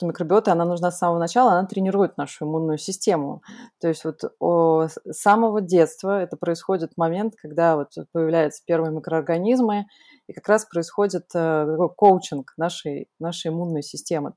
что микробиота, она нужна с самого начала, она тренирует нашу иммунную систему. То есть вот с самого детства это происходит момент, когда вот появляются первые микроорганизмы, и как раз происходит такой коучинг нашей иммунной системы.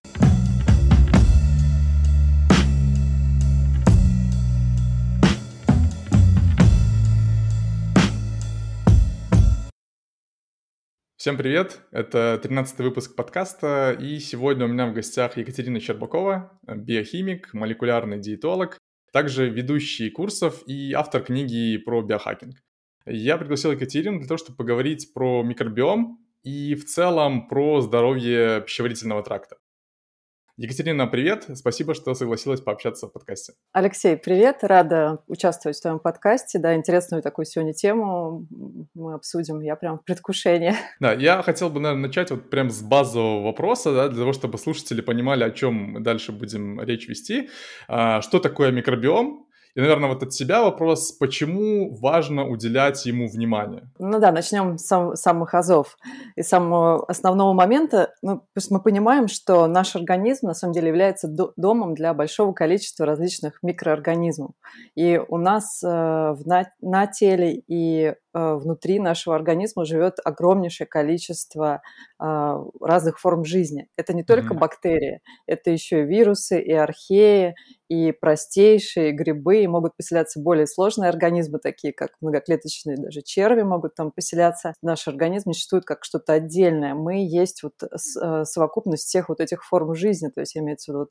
Всем привет! Это 13-й выпуск подкаста, и сегодня у меня в гостях Екатерина Щербакова, биохимик, молекулярный диетолог, также ведущий курсов и автор книги про биохакинг. Я пригласил Екатерину для того, чтобы поговорить про микробиом и в целом про здоровье пищеварительного тракта. Екатерина, привет! Спасибо, что согласилась пообщаться в подкасте. Алексей, привет! Рада участвовать в твоем подкасте. Да, интересную такую сегодня тему мы обсудим. Я прям в предвкушении. Да, я хотел бы, наверное, начать вот прям с базового вопроса, да, для того, чтобы слушатели понимали, о чем мы дальше будем речь вести. Что такое микробиом? И, наверное, вот от себя вопрос, почему важно уделять ему внимание? Ну да, начнем с самых азов и самого основного момента. Ну, то есть мы понимаем, что наш организм на самом деле является домом для большого количества различных микроорганизмов. И у нас на теле и внутри нашего организма живет огромнейшее количество разных форм жизни. Это не только бактерии, это еще и вирусы, и археи, и простейшие грибы, и могут поселяться более сложные организмы, такие как многоклеточные даже черви могут там поселяться. Наш организм не существует как что-то отдельное. Мы есть вот совокупность всех вот этих форм жизни, то есть имеется в виду вот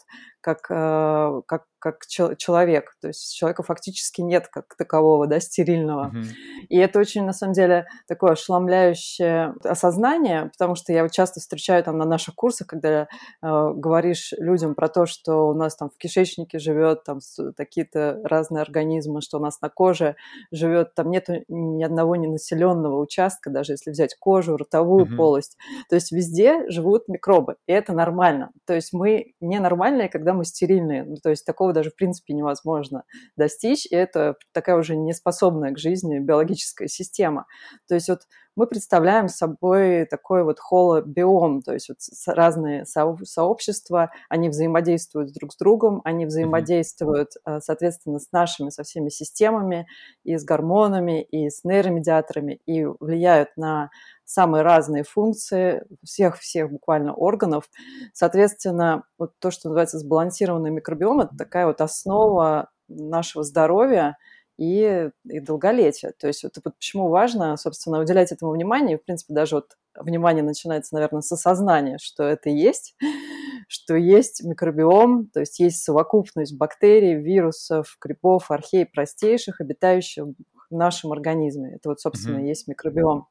как человек. То есть человека фактически нет как такового, да, стерильного. И это очень, на самом деле, такое ошеломляющее осознание, потому что я вот часто встречаю там на наших курсах, когда говоришь людям про то, что у нас там в кишечнике живет там какие-то разные организмы, что у нас на коже живет, там нет ни одного ненаселенного участка, даже если взять кожу, ротовую полость. То есть везде живут микробы, и это нормально. То есть мы ненормальные, когда мы стерильные. Ну, то есть такого даже в принципе невозможно достичь, и это такая уже неспособная к жизни биологическая система. То есть вот мы представляем собой такой вот холобиом, то есть вот разные сообщества, они взаимодействуют друг с другом, они взаимодействуют, соответственно, с нашими, со всеми системами, и с гормонами, и с нейромедиаторами, и влияют на самые разные функции всех буквально органов. Соответственно, вот то, что называется сбалансированный микробиом, это такая вот основа нашего здоровья и долголетия. То есть вот почему важно, собственно, уделять этому внимание. И, в принципе, даже вот внимание начинается, наверное, с осознания, что это есть, что есть микробиом, то есть есть совокупность бактерий, вирусов, грибов, архей, простейших, обитающих в нашем организме. Это вот, собственно, и есть микробиом.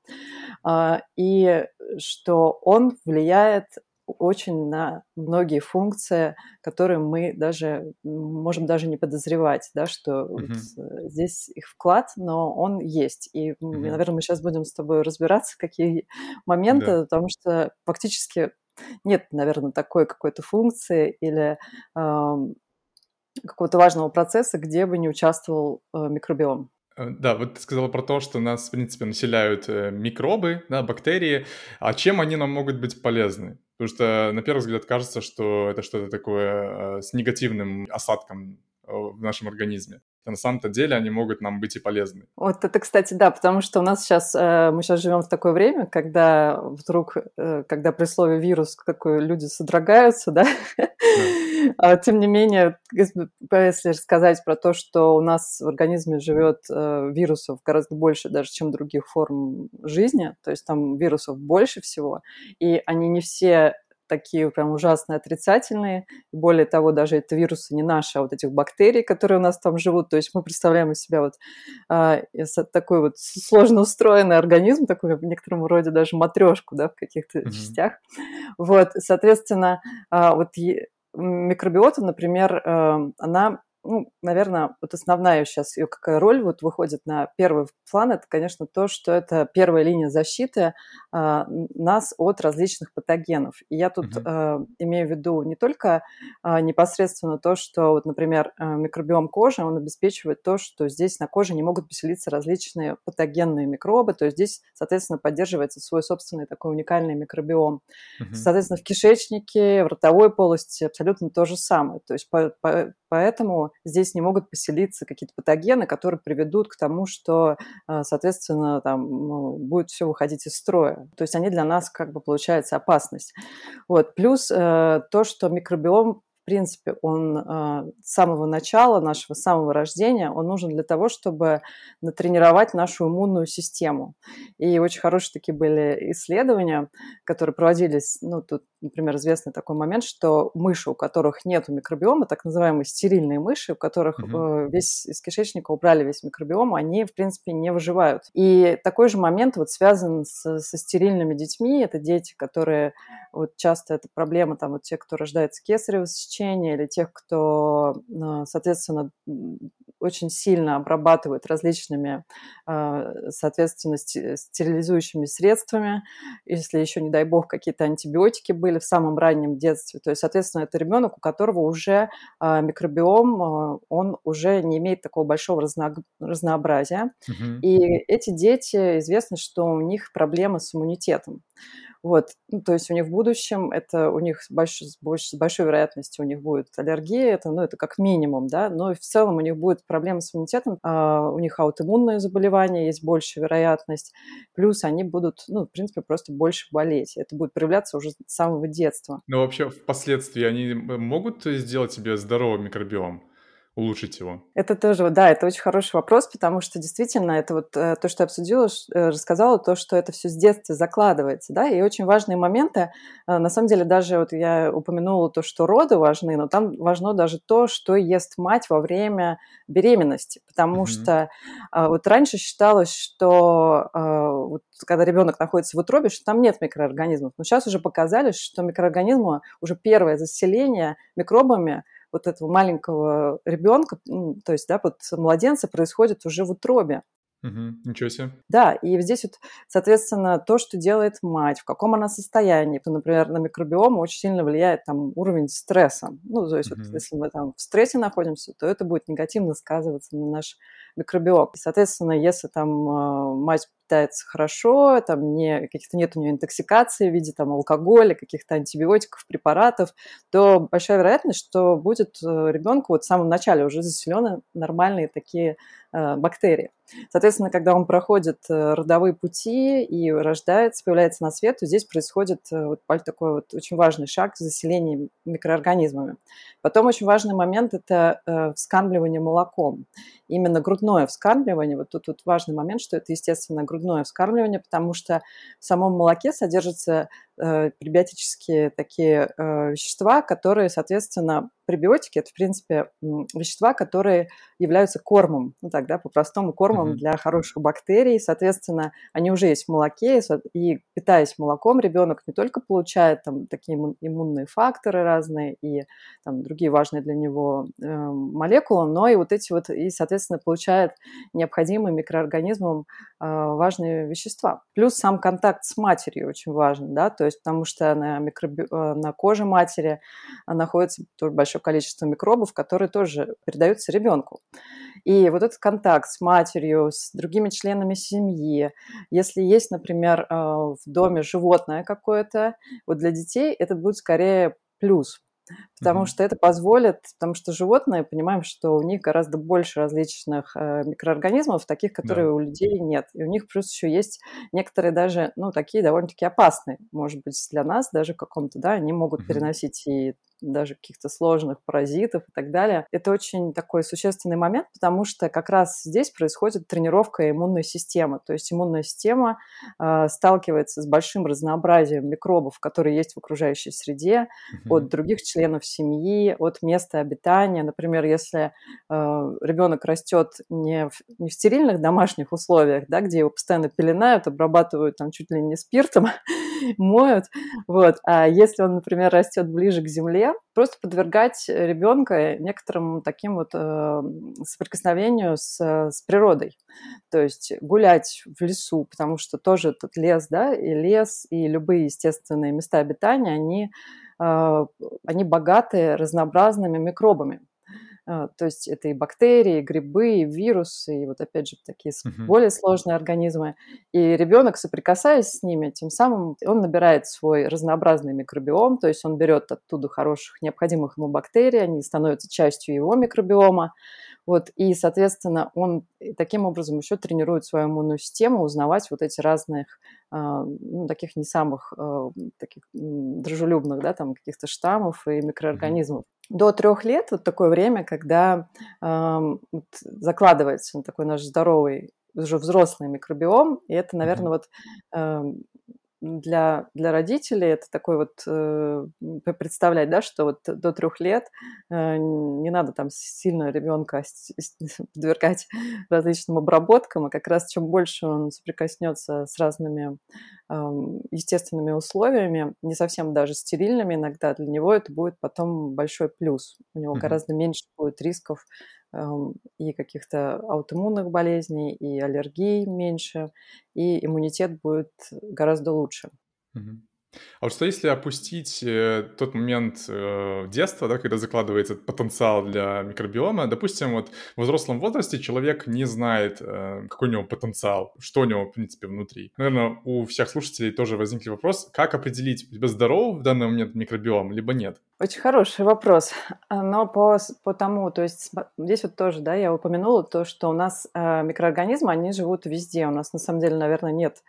И что он влияет очень на многие функции, которые мы даже можем даже не подозревать, да, что вот здесь их вклад, но он есть. И, наверное, мы сейчас будем с тобой разбираться, какие моменты, потому что фактически нет, наверное, такой какой-то функции или какого-то важного процесса, где бы не участвовал микробиом. Да, вот ты сказала про то, что нас, в принципе, населяют микробы, да, бактерии. А чем они нам могут быть полезны? Потому что, на первый взгляд, кажется, что это что-то такое с негативным осадком в нашем организме. А на самом-то деле они могут нам быть и полезны. Вот это, кстати, да, потому что у нас сейчас, мы сейчас живем в такое время, когда вдруг, когда при слове вирус такое люди содрогаются, да, тем не менее, если сказать про то, что у нас в организме живет вирусов гораздо больше даже, чем других форм жизни, то есть там вирусов больше всего, и они не все такие прям ужасные отрицательные. Более того, даже это вирусы не наши, а вот этих бактерий, которые у нас там живут. То есть мы представляем из себя вот такой вот сложно устроенный организм, такой в некотором роде даже матрешку, да, в каких-то частях. Вот, соответственно, вот микробиота, например, она наверное, вот основная сейчас ее какая роль вот выходит на первый план, это, конечно, то, что это первая линия защиты нас от различных патогенов. И я тут Мгм. имею в виду не только непосредственно то, что, вот, например, микробиом кожи, он обеспечивает то, что здесь на коже не могут поселиться различные патогенные микробы, то есть здесь, соответственно, поддерживается свой собственный такой уникальный микробиом. Мгм. Соответственно, в кишечнике, в ротовой полости абсолютно то же самое. То есть поэтому здесь не могут поселиться какие-то патогены, которые приведут к тому, что, соответственно, там, будет все выходить из строя. То есть они для нас, как бы, получается, опасность. Вот. Плюс то, что микробиом, в принципе, он с самого начала нашего, с самого рождения, он нужен для того, чтобы натренировать нашу иммунную систему. И очень хорошие такие были исследования, которые проводились, тут, например, известный такой момент, что мыши, у которых нет микробиома, так называемые стерильные мыши, у которых Мгм. весь из кишечника убрали весь микробиом, они, в принципе, не выживают. И такой же момент вот связан со стерильными детьми. Это дети, которые вот часто это проблема, там, вот те, кто рождается кесарево сечение, или тех, кто, соответственно, очень сильно обрабатывают различными, соответственно, стерилизующими средствами, если еще, не дай бог, какие-то антибиотики были в самом раннем детстве. То есть, соответственно, это ребенок, у которого уже микробиом, он уже не имеет такого большого разнообразия. Мгм. И эти дети, известно, что у них проблемы с иммунитетом. Вот, то есть у них в будущем это у них с большой вероятностью у них будет аллергия, это как минимум, да, но и в целом у них будет проблемы с иммунитетом, у них аутоиммунные заболевания, есть большая вероятность, плюс они будут, в принципе, просто больше болеть. Это будет проявляться уже с самого детства. Но вообще впоследствии они могут сделать себе здоровый микробиом, улучшить его? Это тоже, да, это очень хороший вопрос, потому что действительно это вот то, что я обсудила, рассказала, то, что это все с детства закладывается, да, и очень важные моменты, на самом деле даже вот я упомянула то, что роды важны, но там важно даже то, что ест мать во время беременности, потому Мгм. что вот раньше считалось, что вот когда ребенок находится в утробе, что там нет микроорганизмов, но сейчас уже показали, что микроорганизмы, уже первое заселение микробами вот этого маленького ребенка, то есть, да, вот младенца происходит уже в утробе. Мгм. Ничего себе. Да, и здесь вот, соответственно, то, что делает мать, в каком она состоянии. То, например, на микробиом очень сильно влияет там уровень стресса. То есть вот Мгм. если мы там в стрессе находимся, то это будет негативно сказываться на наш микробиом. И, соответственно, если там мать питается хорошо, там каких-то нет у нее интоксикации в виде там алкоголя, каких-то антибиотиков, препаратов, то большая вероятность, что будет ребенку вот в самом начале уже заселены нормальные такие бактерии. Соответственно, когда он проходит родовые пути и рождается, появляется на свет, то здесь происходит вот такой вот очень важный шаг заселения микроорганизмами. Потом очень важный момент – это вскармливание молоком. Именно грудное вскармливание, вот тут важный момент, что это, естественно, грудное вскармливание, потому что в самом молоке содержатся пребиотические такие вещества, которые, соответственно, пребиотики – это, в принципе, вещества, которые являются кормом, тогда по-простому кормом Мгм. для хороших бактерий. Соответственно, они уже есть в молоке, и питаясь молоком, ребенок не только получает там такие иммунные факторы разные и там другие важные для него молекулы, но и вот эти вот, и, соответственно, получает необходимые микроорганизмам важные вещества. Плюс сам контакт с матерью очень важен, да, то есть потому что на коже матери находится тоже большое количество микробов, которые тоже передаются ребенку. И вот этот контакт с матерью, с другими членами семьи, если есть, например, в доме животное какое-то, вот для детей это будет скорее плюс. Потому Мгм. что это позволит, потому что животные, понимаем, что у них гораздо больше различных микроорганизмов, таких, Да. которые у людей нет. И у них плюс еще есть некоторые даже, такие довольно-таки опасные, может быть, для нас даже в каком-то, да, они могут Мгм. переносить и даже каких-то сложных паразитов и так далее. Это очень такой существенный момент, потому что как раз здесь происходит тренировка иммунной системы. То есть иммунная система сталкивается с большим разнообразием микробов, которые есть в окружающей среде, от Мгм. других членов семьи, от места обитания. Например, если ребенок растет не в стерильных домашних условиях, да, где его постоянно пеленают, обрабатывают там чуть ли не спиртом, моют, вот. А если он, например, растет ближе к земле, просто подвергать ребенка некоторым таким вот соприкосновению с природой. То есть гулять в лесу, потому что тоже этот лес, да, и лес, и любые естественные места обитания, они богаты разнообразными микробами. То есть это и бактерии, и грибы, и вирусы, и вот опять же такие Мгм. более сложные организмы. И ребенок, соприкасаясь с ними, тем самым он набирает свой разнообразный микробиом, то есть он берет оттуда хороших, необходимых ему бактерий, они становятся частью его микробиома. Вот, и, соответственно, он таким образом еще тренирует свою иммунную систему узнавать вот эти разных, ну, таких не самых таких дружелюбных, да, там каких-то штаммов и Мгм. микроорганизмов. До 3 лет вот такое время, когда вот закладывается такой наш здоровый, уже взрослый микробиом, и это, наверное, Мгм. вот эм, для родителей это такой вот представлять, да, что вот до 3 лет не надо там сильно ребенка подвергать различным обработкам, а как раз чем больше он соприкоснется с разными естественными условиями, не совсем даже стерильными иногда, для него это будет потом большой плюс. У него Мгм. гораздо меньше будет рисков и каких-то аутоиммунных болезней, и аллергий меньше, и иммунитет будет гораздо лучше. Мгм. А вот что если опустить, тот момент, детства, да, когда закладывается этот потенциал для микробиома? Допустим, вот в взрослом возрасте человек не знает, какой у него потенциал, что у него, в принципе, внутри. Наверно, у всех слушателей тоже возникли вопрос: как определить, у тебя здоровый в данный момент микробиом либо нет? Очень хороший вопрос. Но по тому, то есть здесь вот тоже, да, я упомянула то, что у нас микроорганизмы, они живут везде. У нас на самом деле, наверное, нет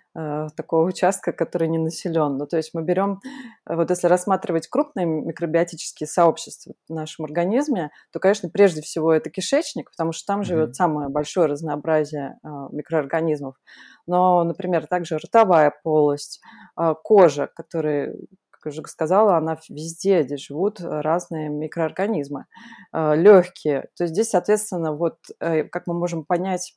такого участка, который не населен. Ну, то есть мы берем, вот если рассматривать крупные микробиотические сообщества в нашем организме, то, конечно, прежде всего это кишечник, потому что там живет Мгм. самое большое разнообразие микроорганизмов. Но, например, также ротовая полость, кожа, которая, как я уже сказала, она везде, где живут разные микроорганизмы, легкие. То есть здесь, соответственно, вот как мы можем понять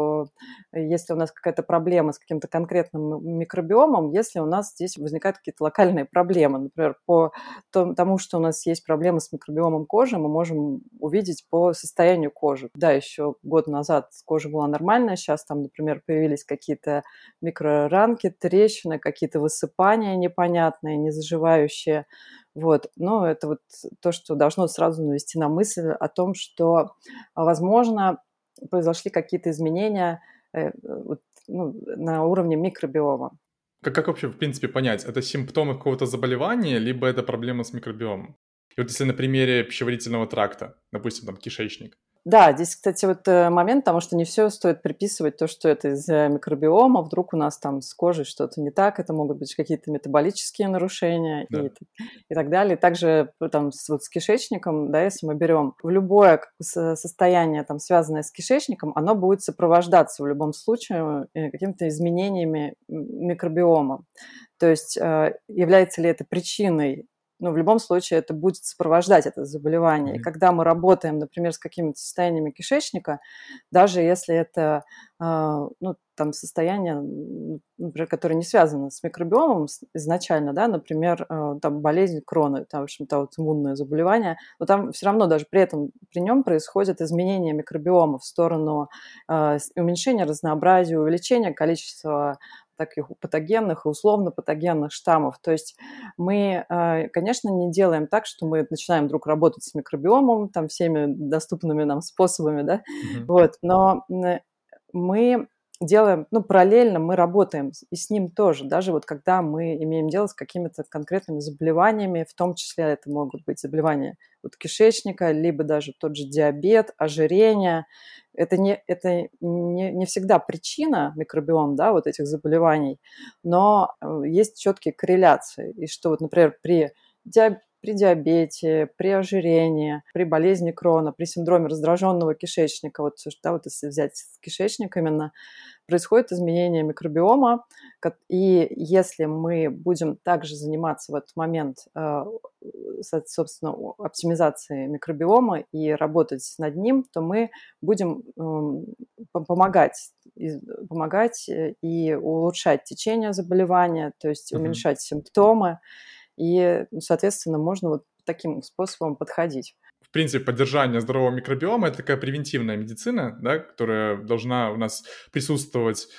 если у нас какая-то проблема с каким-то конкретным микробиомом, если у нас здесь возникают какие-то локальные проблемы. Например, по тому, что у нас есть проблемы с микробиомом кожи, мы можем увидеть по состоянию кожи. Да, еще год назад кожа была нормальная, сейчас там, например, появились какие-то микроранки, трещины, какие-то высыпания непонятные, незаживающие. Вот. Но это вот то, что должно сразу навести на мысль о том, что, возможно, произошли какие-то изменения вот, ну, на уровне микробиома. Как вообще, в принципе, понять, это симптомы какого-то заболевания, либо это проблема с микробиомом? И вот если на примере пищеварительного тракта, допустим, там кишечник. Да, здесь, кстати, вот момент, потому что не все стоит приписывать то, что это из-за микробиома. Вдруг у нас там с кожей что-то не так, это могут быть какие-то метаболические нарушения Да. и так далее. Также там вот с кишечником, да, если мы берем в любое состояние, там, связанное с кишечником, оно будет сопровождаться в любом случае какими-то изменениями микробиома. То есть является ли это причиной, ну, в любом случае это будет сопровождать это заболевание. И Мгм. когда мы работаем, например, с какими-то состояниями кишечника, даже если это, ну, там состояние, например, которое не связано с микробиомом изначально, да, например, там болезнь Крона, там, в общем-то, аутоиммунное заболевание, но там все равно даже при нем происходят изменения микробиома в сторону уменьшения разнообразия, увеличения количества таких патогенных и условно патогенных штаммов. То есть мы, конечно, не делаем так, что мы начинаем вдруг работать с микробиомом, там, всеми доступными нам способами, да, Мгм. вот, но мы делаем, ну, параллельно мы работаем и с ним тоже, даже вот когда мы имеем дело с какими-то конкретными заболеваниями, в том числе это могут быть заболевания вот кишечника, либо даже тот же диабет, ожирение. Это не всегда причина микробиом, да, вот этих заболеваний, но есть четкие корреляции. И что вот, например, при при диабете, при ожирении, при болезни Крона, при синдроме раздраженного кишечника, вот, да, вот если взять кишечник именно, происходит изменение микробиома, и если мы будем также заниматься в этот момент, собственно, оптимизацией микробиома и работать над ним, то мы будем помогать и улучшать течение заболевания, то есть уменьшать симптомы, и, соответственно, можно вот таким способом подходить. В принципе, поддержание здорового микробиома — это такая превентивная медицина, да, которая должна у нас присутствовать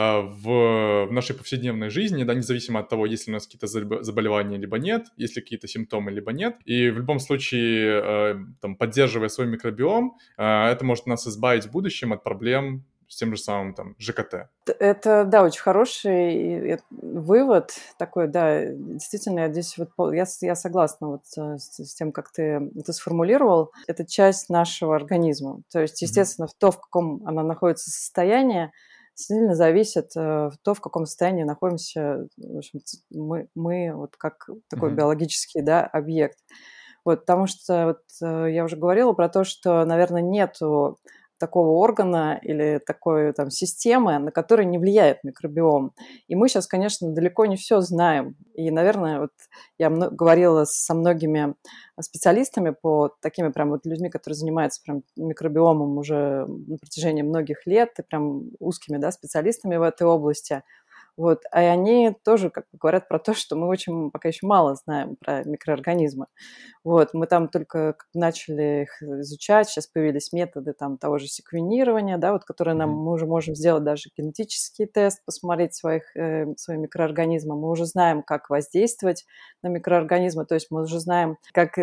в нашей повседневной жизни, да, независимо от того, есть ли у нас какие-то заболевания либо нет, есть ли какие-то симптомы либо нет. И в любом случае, там, поддерживая свой микробиом, это может нас избавить в будущем от проблем с тем же самым там ЖКТ. Это, да, очень хороший вывод такой, да, действительно, я здесь вот я согласна вот с тем, как ты это сформулировал. Это часть нашего организма. То есть, естественно, в каком она находится состоянии, сильно зависит то, в каком состоянии находимся, в общем, мы вот как такой биологический, да, объект. Вот, потому что вот я уже говорила про то, что, наверное, нету такого органа или такой там системы, на которой не влияет микробиом. И мы сейчас, конечно, далеко не все знаем. И, наверное, вот я говорила со многими специалистами такими прям вот людьми, которые занимаются прям микробиомом уже на протяжении многих лет, и прям узкими, да, специалистами в этой области. Вот. И они тоже как бы говорят про то, что мы очень пока еще мало знаем про микроорганизмы. Вот. Мы там только начали их изучать, сейчас появились методы там того же секвенирования, да, вот, которые мы уже можем сделать даже генетический тест, посмотреть свои микроорганизмы. Мы уже знаем, как воздействовать на микроорганизмы, то есть мы уже знаем, как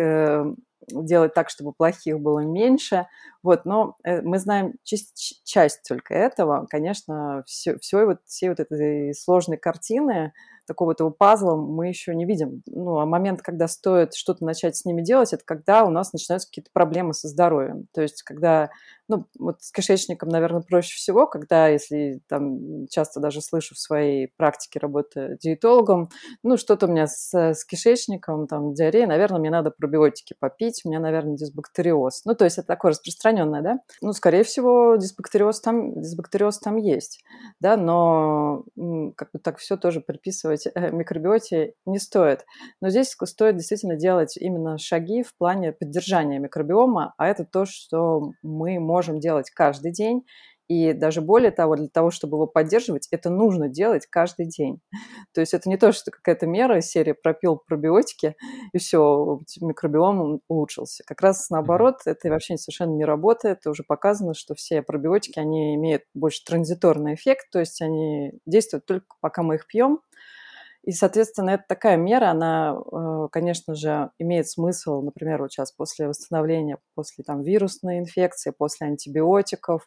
делать так, чтобы плохих было меньше. Вот, но мы знаем часть только этого. Конечно, всей вот этой сложной картины, такого этого пазла мы еще не видим. Ну, а момент, когда стоит что-то начать с ними делать, это когда у нас начинаются какие-то проблемы со здоровьем. То есть, когда, ну, вот с кишечником, наверное, проще всего, когда, если там часто даже слышу в своей практике работы диетологом, ну, что-то у меня с кишечником, там, диарея, наверное, мне надо пробиотики попить, у меня, наверное, дисбактериоз. Ну, то есть это такое распространенное, да? Ну, скорее всего, дисбактериоз там есть, да, но как бы так все тоже приписывать микробиоте не стоит. Но здесь стоит действительно делать именно шаги в плане поддержания микробиома, а это то, что мы можем делать каждый день. И даже более того, для того, чтобы его поддерживать, это нужно делать каждый день. То есть это не то, что какая-то мера из серии пропил пробиотики, и все, микробиом улучшился. Как раз наоборот, это вообще совершенно не работает. Это уже показано, что все пробиотики, они имеют больше транзиторный эффект, то есть они действуют только пока мы их пьем. И, соответственно, это такая мера, она, конечно же, имеет смысл, например, вот сейчас после восстановления, после там вирусной инфекции, после антибиотиков.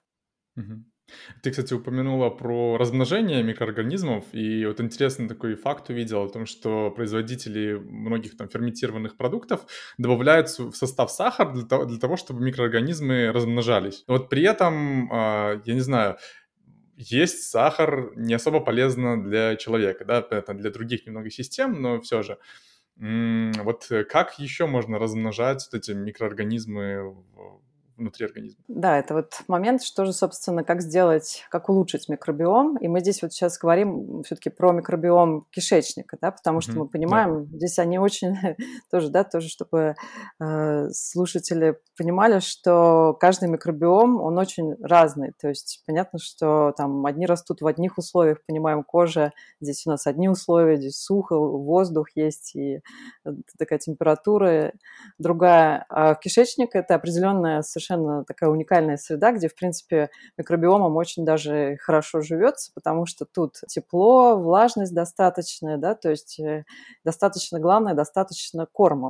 Ты, кстати, упомянула про размножение микроорганизмов, и вот интересный такой факт увидел о том, что производители многих там ферментированных продуктов добавляют в состав сахар для того, чтобы микроорганизмы размножались. Но вот при этом, я не знаю, есть сахар не особо полезно для человека, да, понятно, для других немного систем, но все же. Вот как еще можно размножать вот эти микроорганизмы внутри организма? Да, это вот момент, что же, собственно, как улучшить микробиом. И мы здесь вот сейчас говорим все-таки про микробиом кишечника, да, потому что мы Да. понимаем, здесь они очень тоже, да, тоже, чтобы слушатели понимали, что каждый микробиом, он очень разный. То есть понятно, что там одни растут в одних условиях, понимаем, кожа, здесь у нас одни условия, здесь сухо, воздух есть и такая температура другая. А кишечник – это определенная совершенно такая уникальная среда, где, в принципе, микробиомом очень даже хорошо живется, потому что тут тепло, влажность достаточная, да, то есть достаточно, главное, достаточно корма,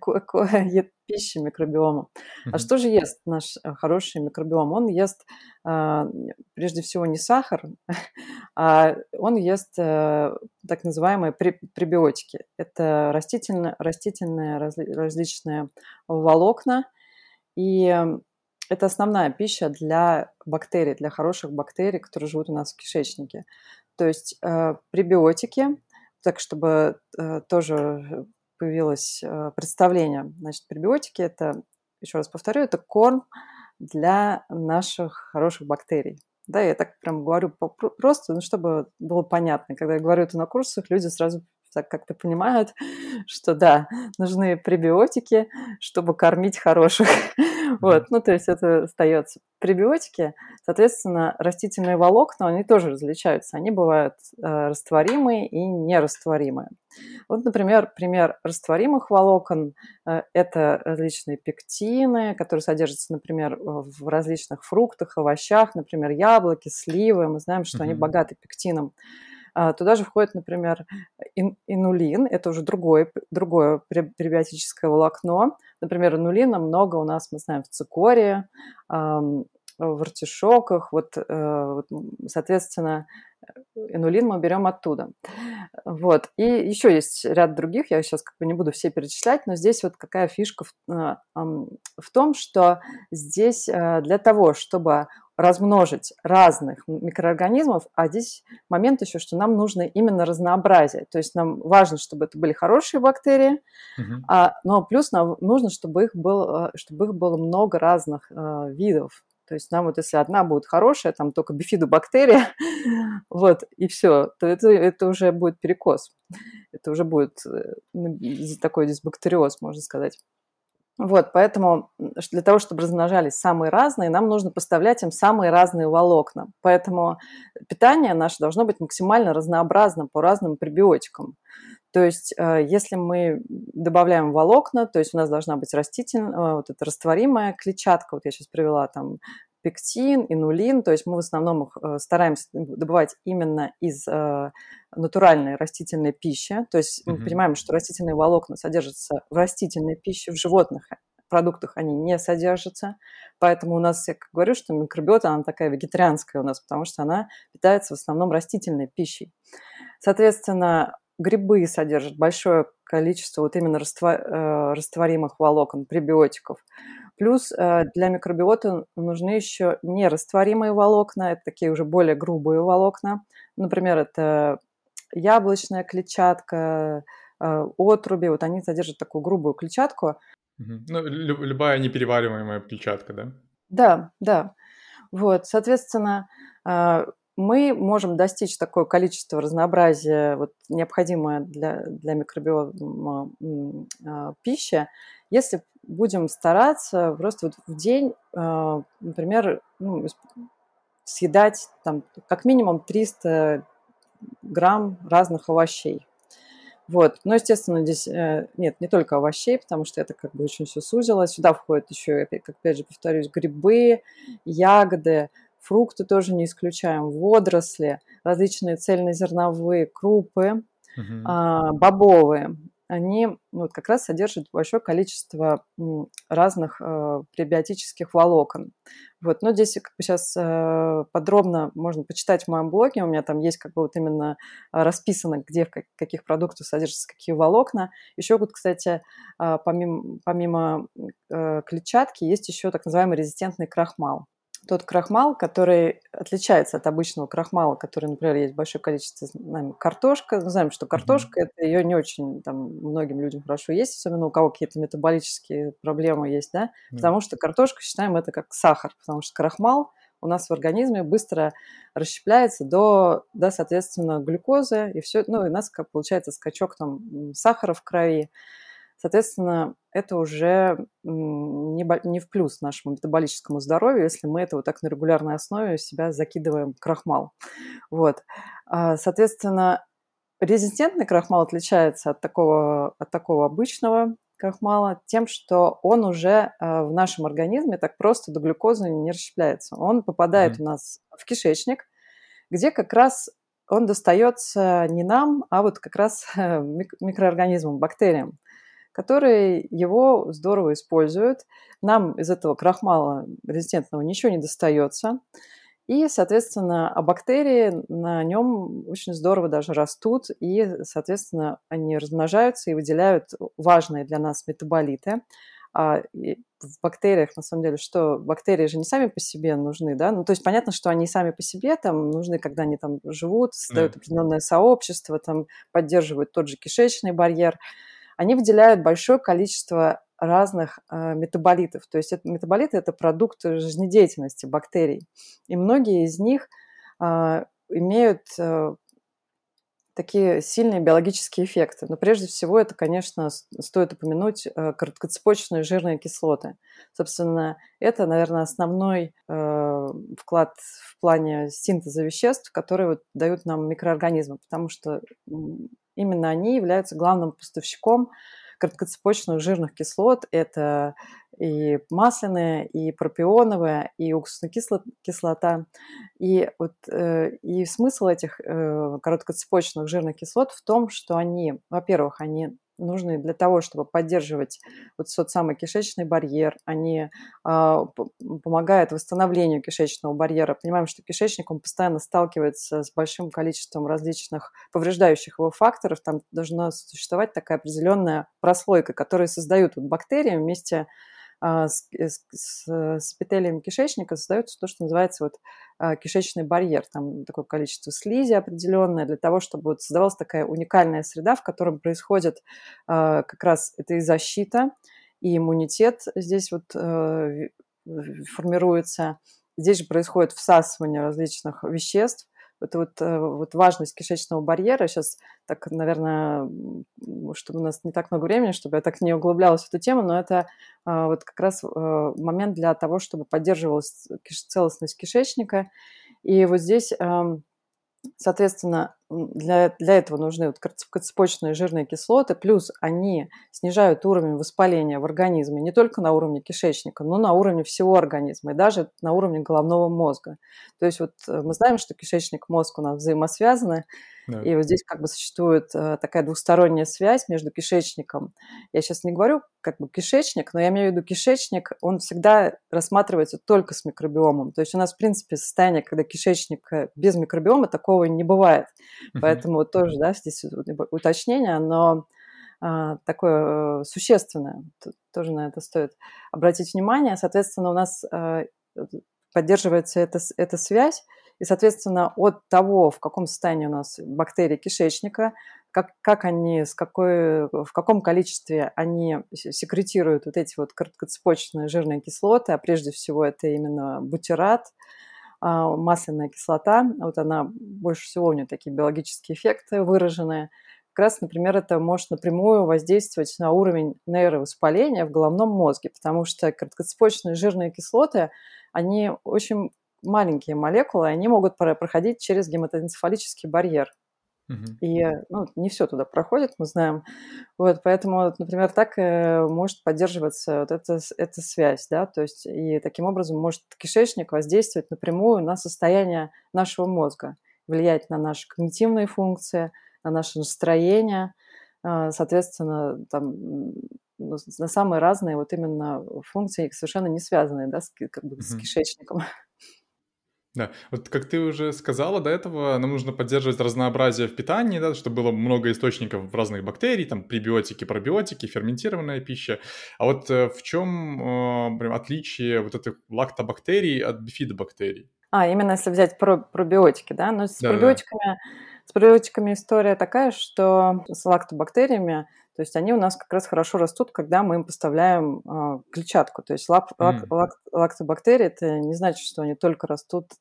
пищи микробиома. А что же ест наш хороший микробиом? Он ест прежде всего не сахар, а он ест так называемые пребиотики. Это растительные различные волокна, и это основная пища для бактерий, для хороших бактерий, которые живут у нас в кишечнике. То есть пребиотики, так чтобы тоже появилось представление. Значит, пребиотики – это, еще раз повторю, это корм для наших хороших бактерий. Да, я так прям говорю просто, ну, чтобы было понятно. Когда я говорю это на курсах, люди сразу так как-то понимают, что да, нужны пребиотики, чтобы кормить хороших. Вот, ну, то есть это остается. Пребиотики, соответственно, растительные волокна, они тоже различаются. Они бывают растворимые и нерастворимые. Вот, например, пример растворимых волокон это различные пектины, которые содержатся, например, в различных фруктах, овощах, например, яблоки, сливы. Мы знаем, что они богаты пектином. Туда же входит, например, инулин, это уже другое пребиотическое волокно. Например, инулина много у нас, мы знаем, в цикории, в артишоках. Вот, соответственно, инулин мы берем оттуда. Вот. И еще есть ряд других, я сейчас как бы не буду все перечислять, но здесь вот какая фишка в том, что здесь для того, чтобы размножить разных микроорганизмов, а здесь момент еще, что нам нужно именно разнообразие. То есть нам важно, чтобы это были хорошие бактерии, но плюс нам нужно, чтобы их было много разных видов. То есть нам вот если одна будет хорошая, там только бифидобактерия, вот, и все, то это уже будет перекос. Это уже будет такой дисбактериоз, можно сказать. Вот, поэтому для того, чтобы размножались самые разные, нам нужно поставлять им самые разные волокна. Поэтому питание наше должно быть максимально разнообразным по разным пребиотикам. То есть если мы добавляем волокна, то есть у нас должна быть вот эта растворимая клетчатка, вот я сейчас привела там пектин, инулин, то есть мы в основном их стараемся добывать именно из натуральной растительной пищи, то есть мы понимаем, что растительные волокна содержатся в растительной пище, в животных продуктах они не содержатся, поэтому у нас, я говорю, что микробиота, она такая вегетарианская у нас, потому что она питается в основном растительной пищей. Соответственно, грибы содержат большое количество вот именно растворимых волокон, пребиотиков. Плюс для микробиота нужны еще нерастворимые волокна, это такие уже более грубые волокна. Например, это яблочная клетчатка, отруби, вот они содержат такую грубую клетчатку. Ну, любая неперевариваемая клетчатка, да? Да, да. Вот, соответственно, мы можем достичь такое количество разнообразия, вот, необходимое для микробиома пищи, если будем стараться просто вот в день, например, съедать там, как минимум 300 грамм разных овощей. Вот. Но, естественно, здесь нет не только овощей, потому что это как бы очень все сузилось. Сюда входят еще, опять же, повторюсь, грибы, ягоды, фрукты тоже не исключаем, водоросли, различные цельнозерновые крупы, бобовые. Они вот как раз содержат большое количество разных пребиотических волокон. Вот. Но здесь как бы сейчас подробно можно почитать в моем блоге. У меня там есть как бы вот именно расписано, где в каких продуктах содержатся какие волокна. Еще вот, кстати, помимо клетчатки есть еще так называемый резистентный крахмал. Тот крахмал, который отличается от обычного крахмала, который, например, есть большое количество, знаем, картошка. Мы знаем, что картошка, это ее не очень там, многим людям хорошо есть, особенно у кого какие-то метаболические проблемы есть, да, потому что картошка, считаем, это как сахар, потому что крахмал у нас в организме быстро расщепляется до соответственно, глюкозы, и все, ну, и у нас как получается скачок там сахара в крови. Соответственно, это уже не в плюс нашему метаболическому здоровью, если мы это вот так на регулярной основе себя закидываем крахмал. Вот. Соответственно, резистентный крахмал отличается от такого обычного крахмала тем, что он уже в нашем организме так просто до глюкозы не расщепляется. Он попадает у нас в кишечник, где как раз он достается не нам, а вот как раз микроорганизмам, бактериям, которые его здорово используют. Нам из этого крахмала резистентного ничего не достается. И, соответственно, бактерии на нем очень здорово даже растут, и, соответственно, они размножаются и выделяют важные для нас метаболиты. И в бактериях, на самом деле, что бактерии же не сами по себе нужны, да, ну, то есть понятно, что они сами по себе там нужны, когда они там живут, создают определенное сообщество, там поддерживают тот же кишечный барьер. они выделяют большое количество разных метаболитов. То есть метаболиты – это продукты жизнедеятельности бактерий. И многие из них имеют такие сильные биологические эффекты. Но прежде всего это, конечно, стоит упомянуть короткоцепочечные жирные кислоты. Собственно, это, наверное, основной вклад в плане синтеза веществ, которые вот дают нам микроорганизмы, потому что именно они являются главным поставщиком короткоцепочных жирных кислот. Это и масляные, и пропионовые, и уксусная кислота. И и смысл этих короткоцепочных жирных кислот в том, что они, во-первых, они нужны для того, чтобы поддерживать вот тот самый кишечный барьер, они помогают восстановлению кишечного барьера. Понимаем, что кишечник, он постоянно сталкивается с большим количеством различных повреждающих его факторов, там должна существовать такая определенная прослойка, которая создают вот бактерии вместе с эпителием кишечника создается то, что называется кишечный барьер. Там такое количество слизи определенное для того, чтобы вот создавалась такая уникальная среда, в которой происходит как раз это и защита, и иммунитет здесь вот формируется. Здесь же происходит всасывание различных веществ. Это вот важность кишечного барьера. Сейчас так, наверное, чтобы у нас не так много времени, чтобы я так не углублялась в эту тему, но это вот как раз момент для того, чтобы поддерживалась целостность кишечника. И вот здесь, соответственно, для этого нужны вот короткоцепочные жирные кислоты, плюс они снижают уровень воспаления в организме не только на уровне кишечника, но на уровне всего организма и даже на уровне головного мозга. То есть вот мы знаем, что кишечник и мозг у нас взаимосвязаны, Да. и вот здесь как бы существует такая двусторонняя связь между кишечником. Я сейчас не говорю как бы кишечник, но я имею в виду кишечник, он всегда рассматривается только с микробиомом. То есть у нас, в принципе, состояние, когда кишечник без микробиома, такого не бывает. Мгм. Поэтому вот тоже, да, здесь уточнение, но такое существенное. Тут тоже на это стоит обратить внимание. Соответственно, у нас поддерживается эта связь, и, соответственно, от того, в каком состоянии у нас бактерии кишечника, как они, в каком количестве они секретируют вот эти вот короткоцепочечные жирные кислоты, а прежде всего это именно бутират, масляная кислота, вот она больше всего у нее такие биологические эффекты выраженные. Как раз, например, это может напрямую воздействовать на уровень нейровоспаления в головном мозге, потому что короткоцепочечные жирные кислоты, они очень маленькие молекулы, они могут проходить через гематоэнцефалический барьер. Мгм. И не все туда проходит, мы знаем. Вот, поэтому, вот, например, так может поддерживаться вот эта связь, да, то есть и таким образом может кишечник воздействовать напрямую на состояние нашего мозга, влиять на наши когнитивные функции, на наше настроение, соответственно, там, на самые разные вот именно функции, совершенно не связанные, да, как бы с Мгм. кишечником. Да, вот как ты уже сказала до этого, нам нужно поддерживать разнообразие в питании, да, чтобы было много источников разных бактерий, там пребиотики, пробиотики, ферментированная пища. А вот в чем прям отличие вот этих лактобактерий от бифидобактерий? Именно если взять пробиотики, да? Но Да-да-да. с пробиотиками история такая, что с лактобактериями, то есть они у нас как раз хорошо растут, когда мы им поставляем, клетчатку. То есть М, лактобактерии — это не значит, что они только растут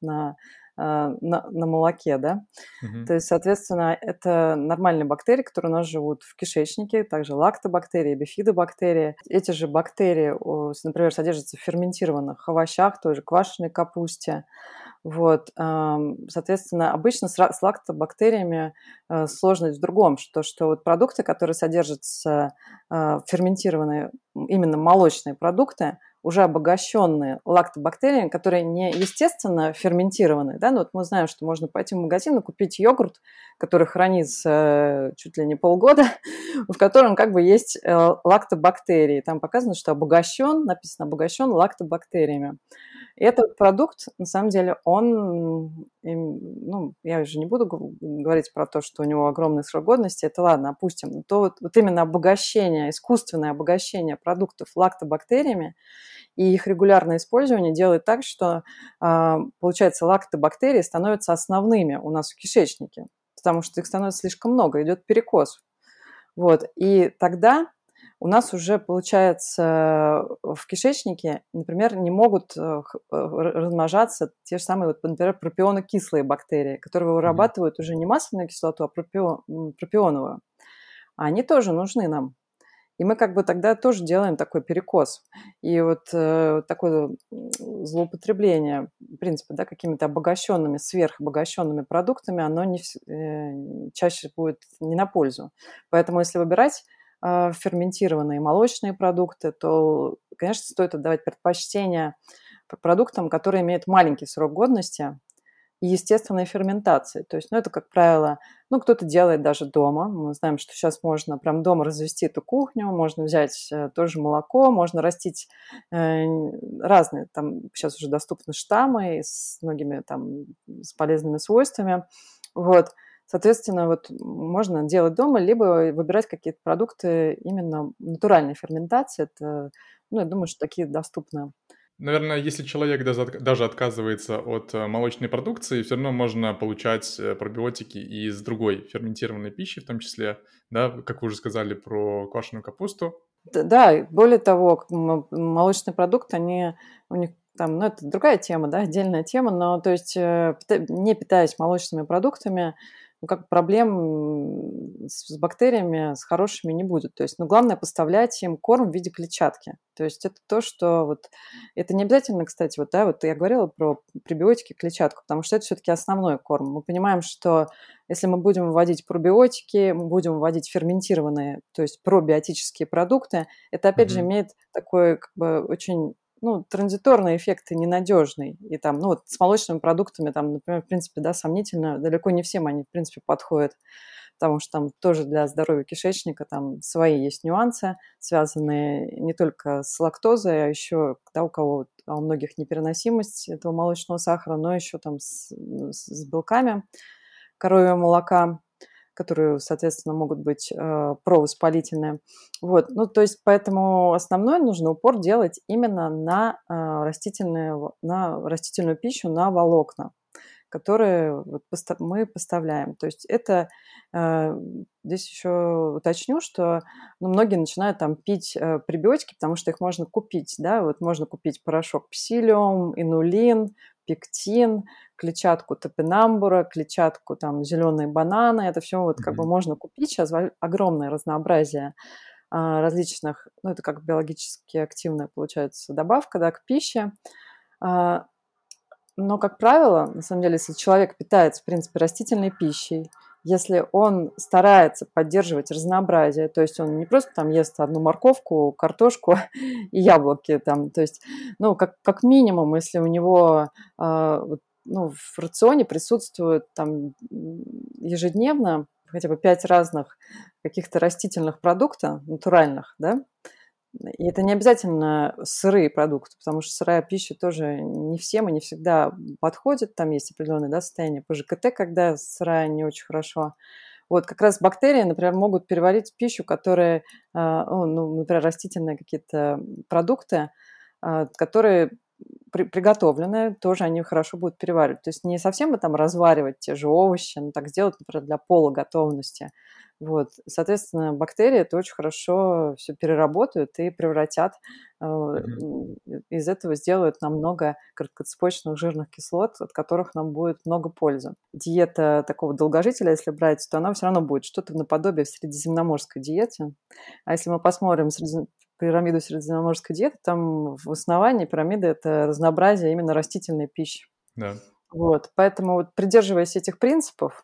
на молоке, да? мгм. То есть, соответственно, это нормальные бактерии, которые у нас живут в кишечнике, также лактобактерии, бифидобактерии. Эти же бактерии, например, содержатся в ферментированных овощах, той же квашеной капусте. Вот, соответственно, обычно с лактобактериями сложность в другом, что вот продукты, которые содержатся, ферментированные, именно молочные продукты, уже обогащенные лактобактериями, которые не естественно ферментированы, да. Ну, вот мы знаем, что можно пойти в магазин и купить йогурт, который хранится чуть ли не полгода, в котором как бы есть лактобактерии. Там показано, что написано обогащен лактобактериями. И этот продукт, на самом деле, я уже не буду говорить про то, что у него огромный срок годности, это ладно, опустим. Но то вот именно обогащение, искусственное обогащение продуктов лактобактериями и их регулярное использование делает так, что, получается, лактобактерии становятся основными у нас в кишечнике, потому что их становится слишком много, идет перекос. Вот, и тогда у нас уже, получается, в кишечнике, например, не могут размножаться те же самые, вот, например, пропионокислые бактерии, которые Мгм. вырабатывают уже не масляную кислоту, а пропионовую. А они тоже нужны нам. И мы как бы тогда тоже делаем такой перекос. И вот такое злоупотребление, в принципе, да, какими-то обогащенными, сверхобогащенными продуктами, оно чаще будет не на пользу. Поэтому если выбирать ферментированные молочные продукты, то, конечно, стоит отдавать предпочтение продуктам, которые имеют маленький срок годности, и естественной ферментации. То есть, ну, это, как правило, ну, кто-то делает даже дома. Мы знаем, что сейчас можно прям дома развести эту кухню, можно взять тоже молоко, можно растить разные, там сейчас уже доступны штаммы с многими там с полезными свойствами. Вот. Соответственно, вот можно делать дома, либо выбирать какие-то продукты именно натуральной ферментации. Это, ну, я думаю, что такие доступны. Наверное, если человек даже отказывается от молочной продукции, все равно можно получать пробиотики и из другой ферментированной пищи, в том числе, да, как вы уже сказали про квашеную капусту. Да, и более того, молочные продукты, они у них там, ну, это другая тема, да, отдельная тема, но то есть, не питаясь молочными продуктами, ну, как проблем с бактериями, с хорошими не будет. То есть, ну, главное поставлять им корм в виде клетчатки. То есть это то, что вот это не обязательно, кстати, вот, да, вот я говорила про пребиотики, клетчатку, потому что это все таки основной корм. Мы понимаем, что если мы будем вводить пробиотики, мы будем вводить ферментированные, то есть пробиотические продукты, это опять же Мгм. имеет такой как бы очень, ну, транзиторный эффект и ненадежный. И там, ну, вот с молочными продуктами там, например, в принципе, да, сомнительно, далеко не всем они, в принципе, подходят, потому что там тоже для здоровья кишечника там свои есть нюансы, связанные не только с лактозой, а еще, да, у кого, у многих непереносимость этого молочного сахара, но еще там с белками коровьего молока, которые, соответственно, могут быть провоспалительные. Вот, ну, то есть поэтому основной нужно упор делать именно на, на растительную пищу, на волокна, которые вот мы поставляем. То есть это э, здесь еще уточню, что ну, многие начинают там пить пребиотики, потому что их можно купить, да, вот можно купить порошок псилиум, инулин, пектин, клетчатку топинамбура, клетчатку там зеленые бананы, это все вот как бы Мгм. можно купить, сейчас огромное разнообразие различных, ну это как биологически активная получается добавка, да, к пище. А, но, как правило, на самом деле, если человек питается, в принципе, растительной пищей, если он старается поддерживать разнообразие, то есть он не просто там ест одну морковку, картошку и яблоки там, то есть, ну, как минимум, если у него вот, ну, в рационе присутствует там ежедневно хотя бы 5 разных каких-то растительных продуктов, натуральных, да, и это не обязательно сырые продукты, потому что сырая пища тоже не всем и не всегда подходит. Там есть определенное, да, состояние по ЖКТ, когда сырая не очень хорошо. Вот как раз бактерии, например, могут переварить пищу, которая, ну, например, растительные какие-то продукты, которые приготовленные, тоже они хорошо будут переваривать. То есть не совсем там разваривать те же овощи, но так сделать, например, для полуготовности. Вот. Соответственно, бактерии это очень хорошо все переработают и превратят, Мгм. из этого сделают намного короткоцепочных жирных кислот, от которых нам будет много пользы. Диета такого долгожителя, если брать, то она все равно будет что-то наподобие средиземноморской диете. А если мы посмотрим пирамиду средиземноморской диеты, там в основании пирамиды это разнообразие именно растительной пищи. Да. Вот, поэтому вот придерживаясь этих принципов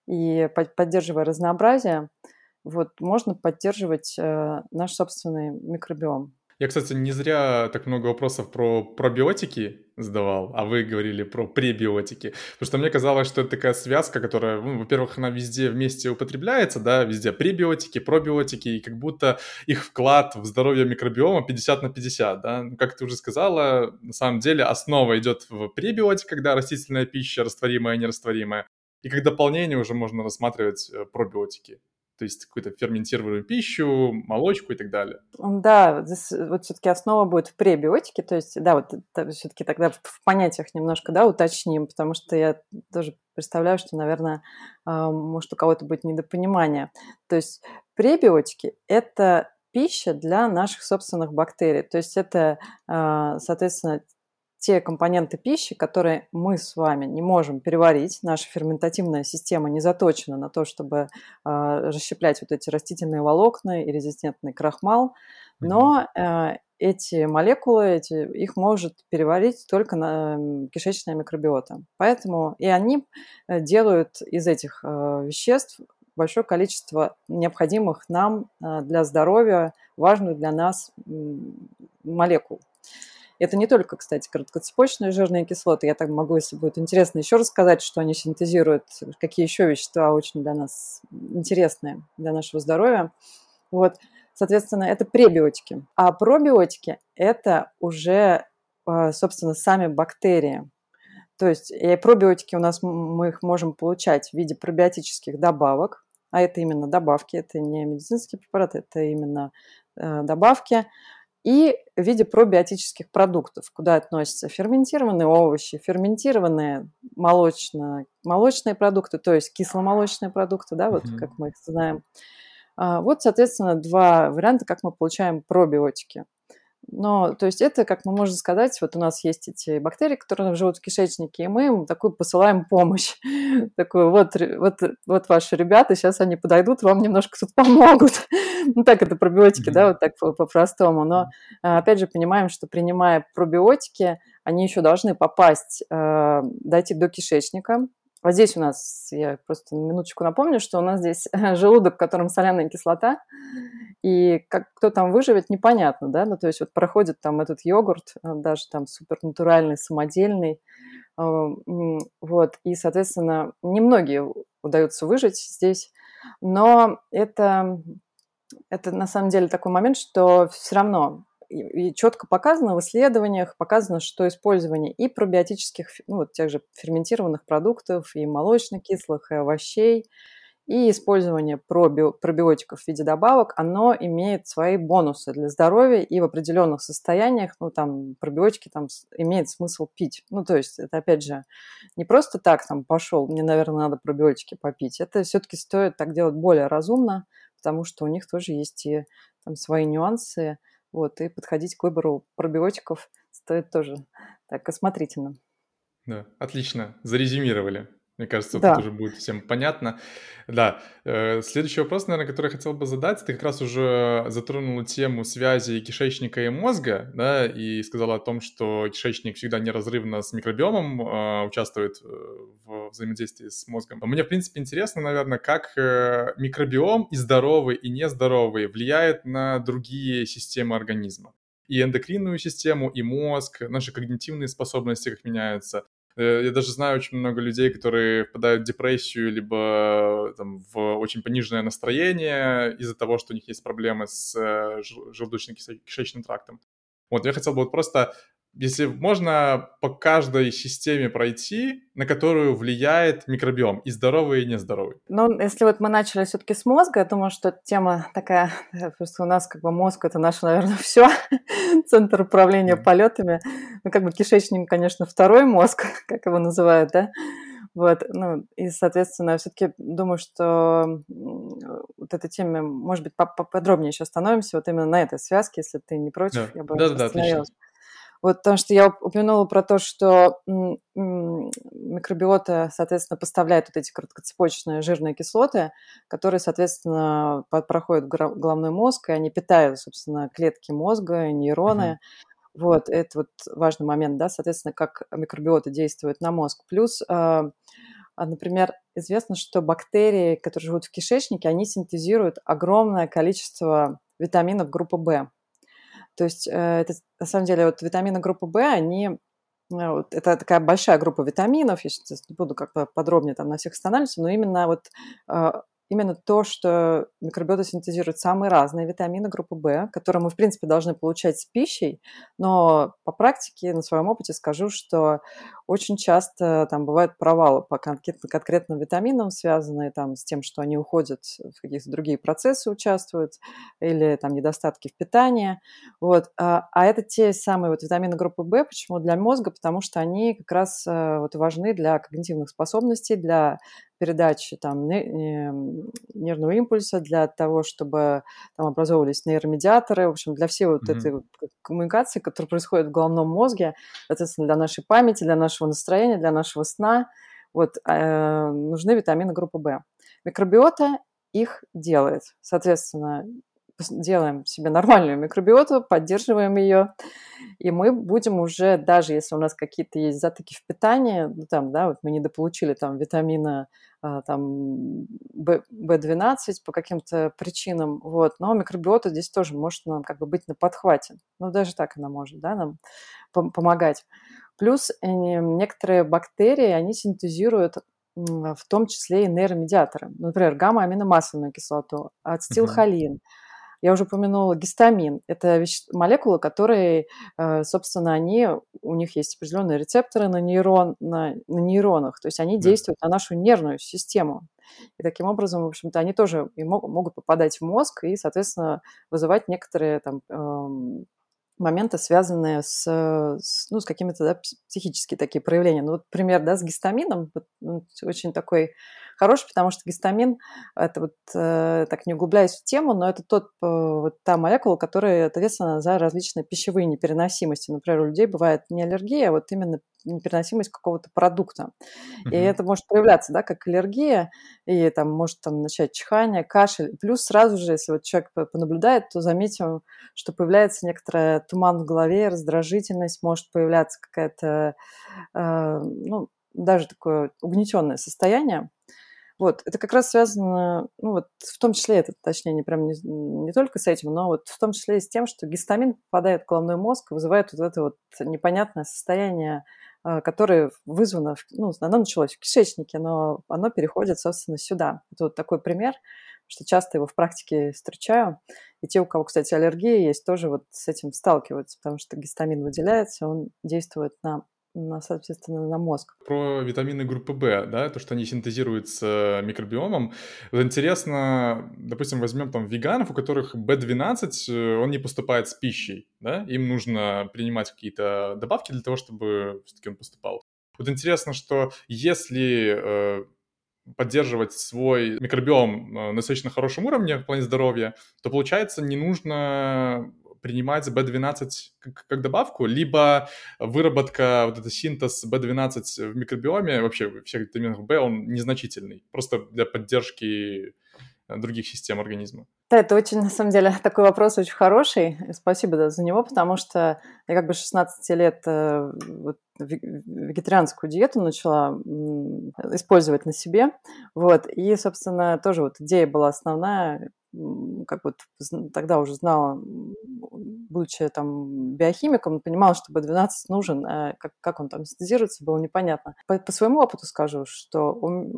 и поддерживая разнообразие, вот можно поддерживать наш собственный микробиом. Я, кстати, не зря так много вопросов про пробиотики задавал, а вы говорили про пребиотики. Потому что мне казалось, что это такая связка, которая, ну, во-первых, она везде вместе употребляется, да, везде пребиотики, пробиотики, и как будто их вклад в здоровье микробиома 50 на 50, да. Ну, как ты уже сказала, на самом деле основа идет в пребиотиках, да, растительная пища, растворимая, нерастворимая, и как дополнение уже можно рассматривать пробиотики. то есть какую-то ферментированную пищу, молочку и так далее. Да, здесь вот все-таки основа будет в пребиотике, то есть, да, вот все-таки тогда в понятиях немножко, да, уточним, потому что я тоже представляю, что, наверное, может у кого-то быть недопонимание. То есть пребиотики– это пища для наших собственных бактерий, то есть это, соответственно, те компоненты пищи, которые мы с вами не можем переварить. Наша ферментативная система не заточена на то, чтобы расщеплять вот эти растительные волокна и резистентный крахмал, но эти молекулы, их может переварить только кишечная микробиота. Поэтому и они делают из этих веществ большое количество необходимых нам для здоровья, важных для нас молекул. Это не только, кстати, короткоцепочные жирные кислоты. Я так могу, если будет интересно, еще рассказать, что они синтезируют, какие еще вещества очень для нас интересные, для нашего здоровья. Вот. Соответственно, это пребиотики. А пробиотики– это уже, собственно, сами бактерии. То есть пробиотики у нас, мы их можем получать в виде пробиотических добавок, а это именно добавки, это не медицинские препараты, это именно добавки, и в виде пробиотических продуктов, куда относятся ферментированные овощи, ферментированные молочные продукты, то есть кисломолочные продукты, да, вот как мы их знаем. Вот, соответственно, два варианта, как мы получаем пробиотики. Но, то есть это, как мы можем сказать, вот у нас есть эти бактерии, которые живут в кишечнике, и мы им такую посылаем помощь. Такую, вот ваши ребята, сейчас они подойдут, вам немножко тут помогут. Ну, так это пробиотики, да, вот так по-простому. Но, опять же, понимаем, что принимая пробиотики, они еще должны попасть, дойти до кишечника. Вот здесь у нас, я просто на минуточку напомню, что у нас здесь желудок, в котором соляная кислота, и кто там выживет, непонятно, да, ну, то есть вот проходит там этот йогурт, даже там супернатуральный, самодельный, вот, и, соответственно, немногие удается выжить здесь, но это на самом деле такой момент, что все равно и четко показано в исследованиях, показано, что использование и пробиотических, ну, вот тех же ферментированных продуктов, и молочно-кислых, и овощей, и использование пробиотиков в виде добавок, оно имеет свои бонусы для здоровья, и в определенных состояниях, ну, там, пробиотики там имеет смысл пить. Ну, то есть это, опять же, не просто так там пошел, мне, наверное, надо пробиотики попить. Это все-таки стоит так делать более разумно, потому что у них тоже есть и там свои нюансы, вот, и подходить к выбору пробиотиков стоит тоже так осмотрительно. Да, отлично, зарезюмировали. Мне кажется, тут Да. уже будет всем понятно. Да, следующий вопрос, наверное, который я хотел бы задать. Ты как раз уже затронула тему связи кишечника и мозга, да, и сказала о том, что кишечник всегда неразрывно с микробиомом участвует в взаимодействии с мозгом. Мне, в принципе, интересно, наверное, как микробиом и здоровый, и нездоровый влияет на другие системы организма. И эндокринную систему, и мозг, наши когнитивные способности как меняются. Я даже знаю очень много людей, которые впадают в депрессию, либо там, в очень пониженное настроение из-за того, что у них есть проблемы с желудочно-кишечным трактом. Вот, я хотел бы вот просто, если можно, по каждой системе пройти, на которую влияет микробиом, и здоровый, и нездоровый. Ну, если вот мы начали все-таки с мозга, я думаю, что эта тема такая, просто у нас как бы мозг – это наше, наверное, все, центр управления полетами. Ну, как бы кишечник, конечно, второй мозг, как его называют, да? Вот, ну, и, соответственно, я все-таки думаю, что вот этой теме, может быть, поподробнее еще остановимся, вот именно на этой связке, если ты не против, я бы Да, отлично. остановилась. Вот, потому что я упомянула про то, что микробиота, соответственно, поставляет вот эти короткоцепочные жирные кислоты, которые, соответственно, проходят в головной мозг, и они питают, собственно, клетки мозга, нейроны. Вот, это вот важный момент, да, соответственно, как микробиота действует на мозг. Плюс, например, известно, что бактерии, которые живут в кишечнике, они синтезируют огромное количество витаминов группы В. То есть это, на самом деле, вот витамины группы В, они вот, это такая большая группа витаминов, я сейчас не буду как-то подробнее там на всех останавливаться, но именно вот именно то, что микробиота синтезирует самые разные витамины группы В, которые мы, в принципе, должны получать с пищей, но по практике, на своем опыте скажу, что очень часто там бывают провалы по конкретным витаминам, связанные там с тем, что они уходят в какие-то другие процессы, участвуют, или там недостатки в питании. Вот. А это те самые вот витамины группы В. Почему для мозга? Потому что они как раз вот важны для когнитивных способностей, для передачи там нервного импульса, для того, чтобы там образовывались нейромедиаторы, в общем, для всей вот этой вот коммуникации, которая происходит в головном мозге, соответственно, для нашей памяти, для нашего настроения, для нашего сна, вот, нужны витамины группы В. Микробиота их делает. Соответственно, делаем себе нормальную микробиоту, поддерживаем ее, и мы будем уже, даже если у нас какие-то есть затыки в питании, ну, там, да, вот мы недополучили там витамина там B12 по каким-то причинам, вот, но микробиота здесь тоже может нам как бы быть на подхвате. Ну, даже так она может, да, нам помогать. Плюс некоторые бактерии, они синтезируют в том числе и нейромедиаторы. Например, гамма-аминомасляную кислоту, ацетилхолин. Я уже упомянула гистамин. Это молекулы, которые, собственно, у них есть определенные рецепторы на нейронах, то есть они Да. действуют на нашу нервную систему. И таким образом, в общем-то, они тоже и могут попадать в мозг и, соответственно, вызывать некоторые там моменты, связанные с какими-то, да, психические такие проявления. Ну, вот пример, да, с гистамином очень такой хороший, потому что гистамин – это вот, так не углубляясь в тему, но это вот та молекула, которая ответственна за различные пищевые непереносимости. Например, у людей бывает не аллергия, а вот именно непереносимость какого-то продукта. И Мгм. это может проявляться, да, как аллергия, и там может там начать чихание, кашель. Плюс сразу же, если вот человек понаблюдает, то заметим, что появляется некоторая туман в голове, раздражительность, может появляться какая-то, ну, даже такое угнетенное состояние. Вот, это как раз связано, ну, вот в том числе, это, точнее, не только с этим, но вот в том числе и с тем, что гистамин попадает в головной мозг и вызывает вот это вот непонятное состояние, которое вызвано, ну, оно началось в кишечнике, но оно переходит, собственно, сюда. Это вот такой пример, что часто его в практике встречаю. И те, у кого, кстати, аллергия есть, тоже вот с этим сталкиваются, потому что гистамин выделяется, он действует соответственно, на мозг. Про витамины группы В, да, то, что они синтезируются микробиомом. Вот интересно, допустим, возьмем там веганов, у которых B12, он не поступает с пищей, да, им нужно принимать какие-то добавки для того, чтобы все-таки он поступал. Вот интересно, что если поддерживать свой микробиом на достаточно хорошем уровне в плане здоровья, то, получается, не нужно принимать B12 как добавку, либо выработка, вот это синтез B12 в микробиоме, вообще всех витаминов В, он незначительный, просто для поддержки других систем организма. Да, это очень, на самом деле, такой вопрос очень хороший. И спасибо, да, за него, потому что я как бы с 16 лет вот вегетарианскую диету начала использовать на себе. Вот. И, собственно, тоже вот идея была основная, как вот тогда уже знала, будучи там биохимиком, понимала, что B12 нужен, а как он там синтезируется, было непонятно. По своему опыту скажу, что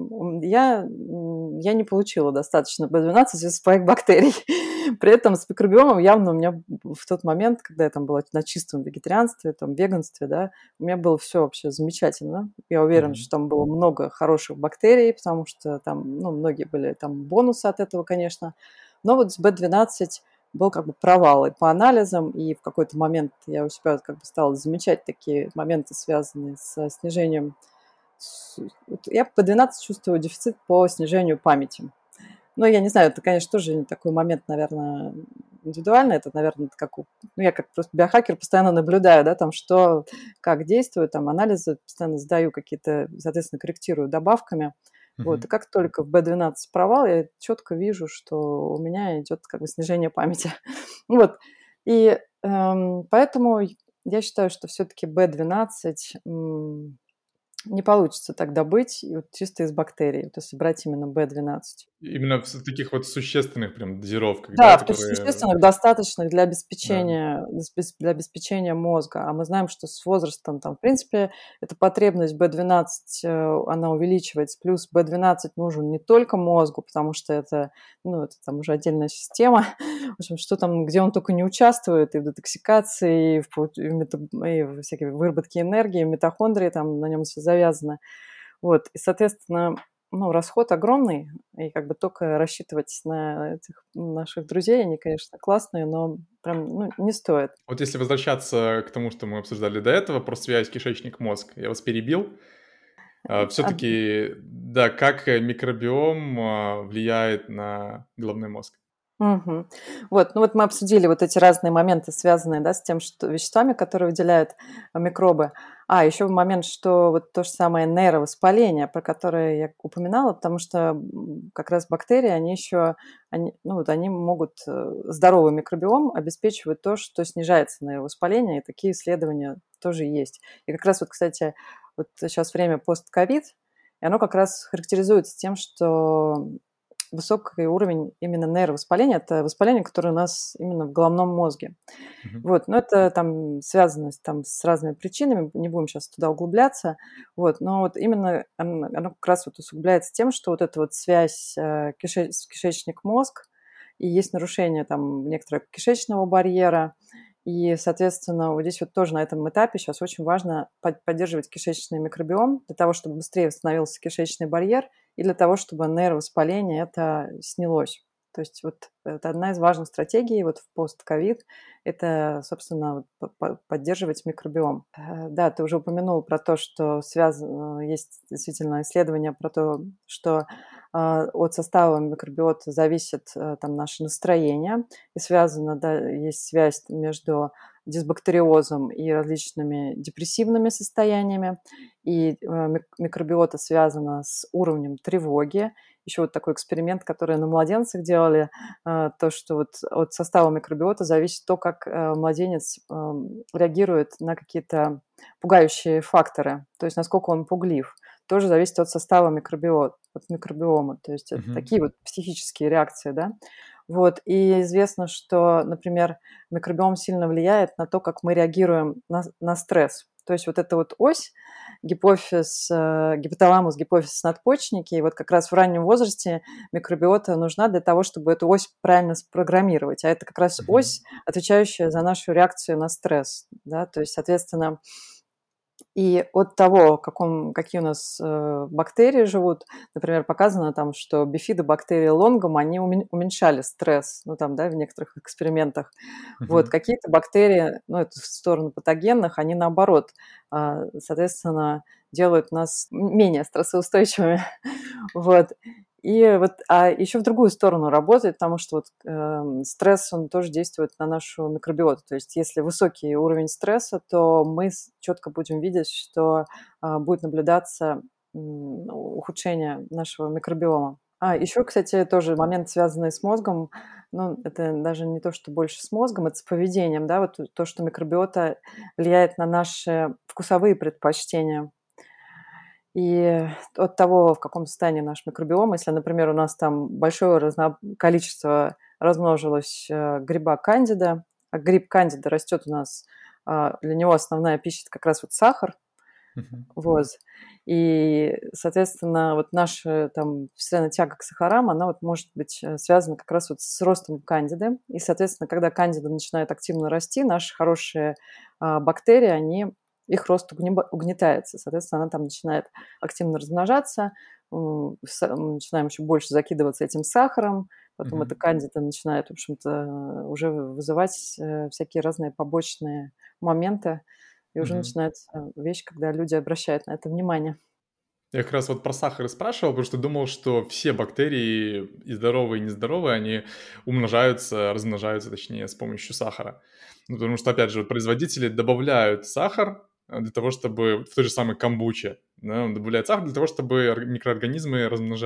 я не получила достаточно B12 из своих бактерий. При этом с микробиомом явно у меня в тот момент, когда я там была на чистом вегетарианстве, там, веганстве, да, у меня было все вообще замечательно. Я уверена, Мгм. что там было много хороших бактерий, потому что там, ну, многие были там бонусы от этого, конечно. Но вот с B12 был как бы провал и по анализам, и в какой-то момент я у себя как бы стала замечать такие моменты, связанные со снижением. Вот я по 12 чувствую дефицит по снижению памяти. Ну, я не знаю, это, конечно, тоже такой момент, наверное, индивидуальный. Это, наверное, ну, я как просто биохакер постоянно наблюдаю, да, там, что, как действует, там, анализы постоянно сдаю какие-то, соответственно, корректирую добавками. Вот, и Мгм. как только в B12 провал, я четко вижу, что у меня идет как бы снижение памяти. Вот. И поэтому я считаю, что все-таки B12 не получится так добыть вот чисто из бактерий, вот если брать именно B12. Именно в таких вот существенных прям дозировках, да, Да, в которые... существенных, достаточных для Да. обеспечения мозга. А мы знаем, что с возрастом там, в принципе, эта потребность B12, она увеличивается. Плюс B12 нужен не только мозгу, потому что это, ну, это там уже отдельная система. В общем, что там, где он только не участвует, и в детоксикации, и в всякой выработке энергии, митохондрии, там на нем все завязано. Вот, и, соответственно, ну, расход огромный, и как бы только рассчитывать на этих наших друзей, они, конечно, классные, но прям, ну, не стоит. Вот если возвращаться к тому, что мы обсуждали до этого, про связь кишечник-мозг, я вас перебил. А, Все-таки, да, как микробиом влияет на головной мозг? Мгм. Вот, ну вот мы обсудили вот эти разные моменты, связанные, да, с тем, что веществами, которые выделяют микробы. А, еще момент, что вот то же самое нейровоспаление, про которое я упоминала, потому что как раз бактерии, они еще, ну вот они могут, здоровый микробиом обеспечивать то, что снижается нейровоспаление, и такие исследования тоже есть. И как раз вот, кстати, вот сейчас время постковид, и оно как раз характеризуется тем, что высокий уровень именно нейровоспаления. Это воспаление, которое у нас именно в головном мозге. Мгм. Вот, но это там связано там с разными причинами, не будем сейчас туда углубляться. Вот, но вот именно оно как раз вот усугубляется тем, что вот эта вот связь кишечник-мозг, и есть нарушение там некоторого кишечного барьера, и, соответственно, вот здесь вот тоже на этом этапе сейчас очень важно поддерживать кишечный микробиом для того, чтобы быстрее восстановился кишечный барьер и для того, чтобы нейровоспаление это снялось. То есть вот это одна из важных стратегий вот в постковид – это, собственно, вот поддерживать микробиом. Да, ты уже упомянул про то, что есть действительно исследования про то, что от состава микробиота зависит там наше настроение, и связано, да, есть связь между дисбактериозом и различными депрессивными состояниями, и микробиота связана с уровнем тревоги. Еще вот такой эксперимент, который на младенцах делали, то, что вот от состава микробиота зависит то, как младенец реагирует на какие-то пугающие факторы, то есть насколько он пуглив. Тоже зависит от состава от микробиома. То есть это Мгм. такие вот психические реакции, да. Вот. И известно, что, например, микробиом сильно влияет на то, как мы реагируем на стресс. То есть вот эта вот ось, гипофиз, гипоталамус, гипофиз, надпочечники, и вот как раз в раннем возрасте микробиота нужна для того, чтобы эту ось правильно спрограммировать. А это как раз Мгм. ось, отвечающая за нашу реакцию на стресс. Да? То есть, соответственно, и от того, какие у нас бактерии живут, например, показано там, что бифидобактерии лонгум, они уменьшали стресс, ну там, да, в некоторых экспериментах. Вот, Мгм. какие-то бактерии, ну это в сторону патогенных, они наоборот, соответственно, делают нас менее стрессоустойчивыми. Вот. И вот, а еще в другую сторону работает, потому что вот стресс, он тоже действует на нашу микробиоту. То есть если высокий уровень стресса, то мы четко будем видеть, что будет наблюдаться ухудшение нашего микробиома. А еще, кстати, тоже момент, связанный с мозгом, ну, это даже не то, что больше с мозгом, это с поведением, да, вот то, что микробиота влияет на наши вкусовые предпочтения. И от того, в каком состоянии наш микробиом, если, например, у нас там большое количество размножилось гриба кандида, а гриб кандида растет у нас, для него основная пища – это как раз вот сахар, Мгм. вот. И, соответственно, вот наша там постоянная тяга к сахарам, она вот может быть связана как раз вот с ростом кандиды. И, соответственно, когда кандида начинает активно расти, наши хорошие бактерии, их рост угнетается. Соответственно, она там начинает активно размножаться, мы начинаем еще больше закидываться этим сахаром, потом эта Мгм. кандида начинает, в общем-то, уже вызывать всякие разные побочные моменты, и уже Мгм. начинается вещь, когда люди обращают на это внимание. Я как раз вот про сахар и спрашивал, потому что думал, что все бактерии, и здоровые, и нездоровые, они размножаются, точнее, с помощью сахара. Ну, потому что, опять же, вот производители добавляют сахар для того, чтобы в той же самой камбуче, да, он добавляет сахар для того, чтобы микроорганизмы размножались.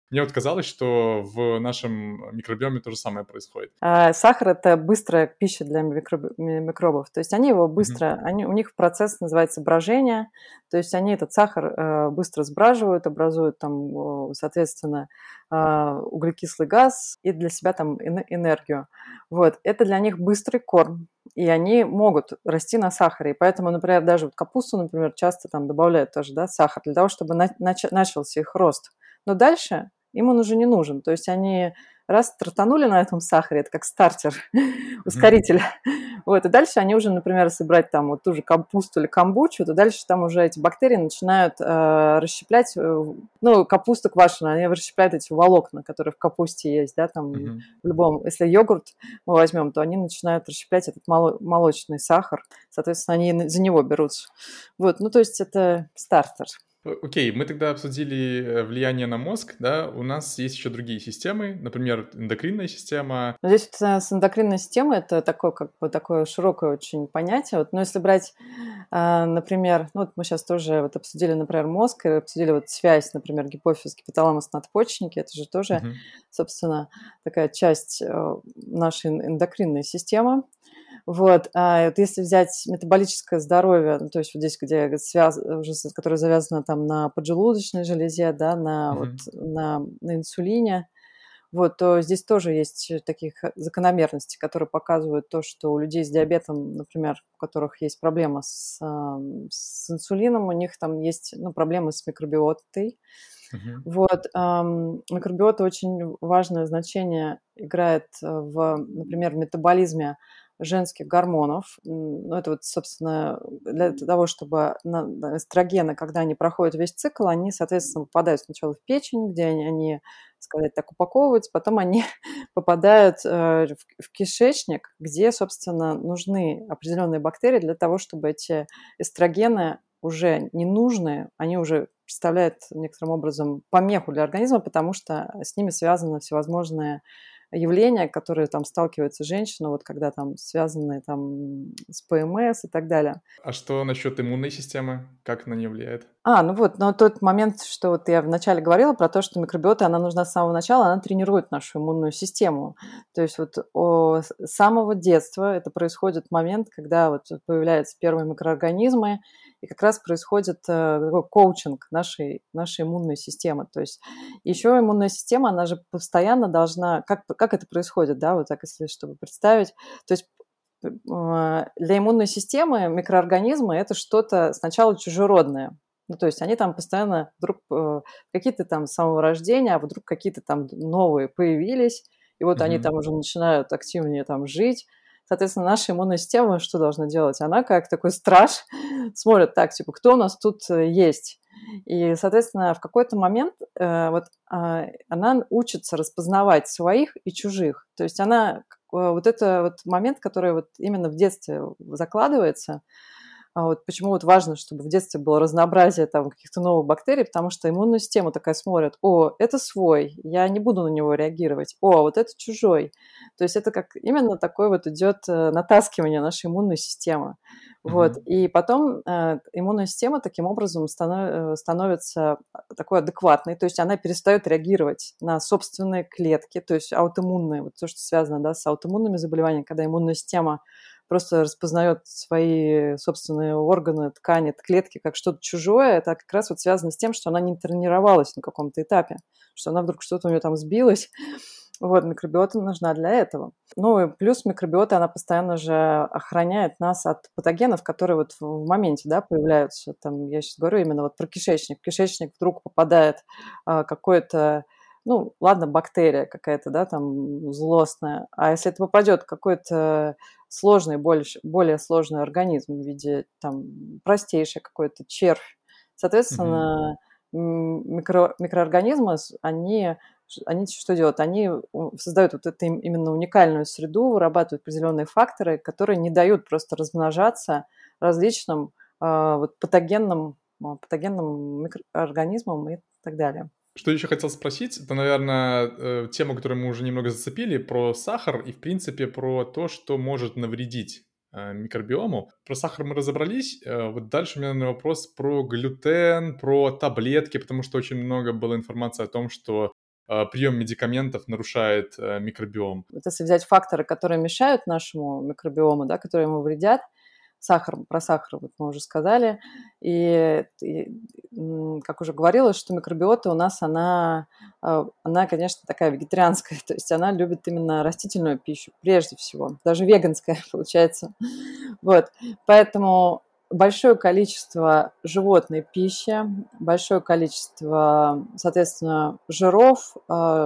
Мне вот казалось, что в нашем микробиоме то же самое происходит. Сахар – это быстрая пища для микробов. То есть они его Мгм. быстро, у них процесс называется брожение, то есть они этот сахар быстро сбраживают, образуют там, соответственно, углекислый газ и для себя там энергию. Вот. Это для них быстрый корм, и они могут расти на сахаре. И поэтому, например, даже вот капусту, например, часто там добавляют тоже, да, сахар для того, чтобы начался их рост. Но дальше им он уже не нужен. То есть они раз стартанули на этом сахаре, это как стартер, Мгм. ускоритель. Вот, и дальше они уже, например, если брать там вот ту же капусту или камбучу, то дальше там уже эти бактерии начинают расщеплять, ну, капуста квашеная, они расщепляют эти волокна, которые в капусте есть, да, там Мгм. в любом, если йогурт мы возьмем, то они начинают расщеплять этот молочный сахар, соответственно, они за него берутся. Вот, ну, то есть это стартер. Окей, мы тогда обсудили влияние на мозг, да, у нас есть еще другие системы, например, эндокринная система. Но здесь вот, с эндокринной системой это такое, как бы, такое широкое очень понятие. Вот, но если брать, например, ну, вот мы сейчас тоже вот обсудили, например, мозг, и обсудили вот связь, например, гипофиз, гипоталамус, надпочечники, это же тоже, Мгм. собственно, такая часть нашей эндокринной системы. Вот, вот если взять метаболическое здоровье, ну, то есть вот здесь, где которое завязано там на поджелудочной железе, да, на, вот, Мгм. на инсулине, вот, то здесь тоже есть таких закономерности, которые показывают то, что у людей с диабетом, например, у которых есть проблема с инсулином, у них там есть, ну, проблемы с микробиотой. Мгм. Вот, микробиота очень важное значение играет например, в метаболизме женских гормонов. Ну, это вот, собственно, для того, чтобы эстрогены, когда они проходят весь цикл, они, соответственно, попадают сначала в печень, где они, сказать так, упаковываются, потом они попадают в кишечник, где, собственно, нужны определенные бактерии для того, чтобы эти эстрогены уже ненужные, они уже представляют некоторым образом помеху для организма, потому что с ними связаны всевозможные явления, которые там сталкивается женщина, вот когда там связаны там с ПМС и так далее. А что насчет иммунной системы? Как на нее влияет? Ну вот, но тот момент, что вот я вначале говорила про то, что микробиота, она нужна с самого начала, она тренирует нашу иммунную систему. То есть вот с самого детства это происходит момент, когда вот появляются первые микроорганизмы, и как раз происходит такой коучинг нашей иммунной системы. То есть еще иммунная система, она же постоянно должна, как это происходит, да, вот так, если чтобы представить, то есть для иммунной системы микроорганизмы – это что-то сначала чужеродное. Ну, то есть они там постоянно вдруг какие-то там с самого рождения, а вдруг какие-то там новые появились, и вот они Мгм. там уже начинают активнее там жить. Соответственно, наша иммунная система что должна делать? Она как такой страж смотрит, так, типа, кто у нас тут есть? И, соответственно, в какой-то момент она учится распознавать своих и чужих. То есть она вот это вот момент, который вот именно в детстве закладывается. Вот почему вот важно, чтобы в детстве было разнообразие там каких-то новых бактерий, потому что иммунная система такая смотрит: о, это свой, я не буду на него реагировать, о, вот это чужой. То есть это как именно такое вот идет натаскивание нашей иммунной системы. Вот. Мгм. И потом иммунная система таким образом становится такой адекватной, то есть она перестает реагировать на собственные клетки, то есть аутоиммунные, вот то, что связано, да, с аутоиммунными заболеваниями, когда иммунная система просто распознает свои собственные органы, ткани, клетки как что-то чужое, это как раз вот связано с тем, что она не тренировалась на каком-то этапе, что она вдруг что-то у нее там сбилось. Вот, микробиота нужна для этого. Ну и плюс микробиота, она постоянно же охраняет нас от патогенов, которые вот в моменте, да, появляются. Там, я сейчас говорю именно вот про кишечник. В кишечник вдруг попадает какое-то, ну, ладно, бактерия какая-то, да, там злостная. А если это попадет какой-то сложный, более сложный организм в виде там простейший какой-то червь, Мгм. соответственно, микроорганизмы, они что делают? Они создают вот эту именно уникальную среду, вырабатывают определенные факторы, которые не дают просто размножаться различным вот патогенным микроорганизмам и так далее. Что еще хотел спросить, это, наверное, тему, которую мы уже немного зацепили, про сахар и, в принципе, про то, что может навредить микробиому. Про сахар мы разобрались. Вот дальше у меня, наверное, вопрос про глютен, про таблетки, потому что очень много было информации о том, что прием медикаментов нарушает микробиом. Вот если взять факторы, которые мешают нашему микробиому, да, которые ему вредят, про сахар вот мы уже сказали, как уже говорилось, что микробиота у нас, она, конечно, такая вегетарианская, то есть она любит именно растительную пищу прежде всего, даже веганская получается. Вот, поэтому большое количество животной пищи, большое количество, соответственно, жиров,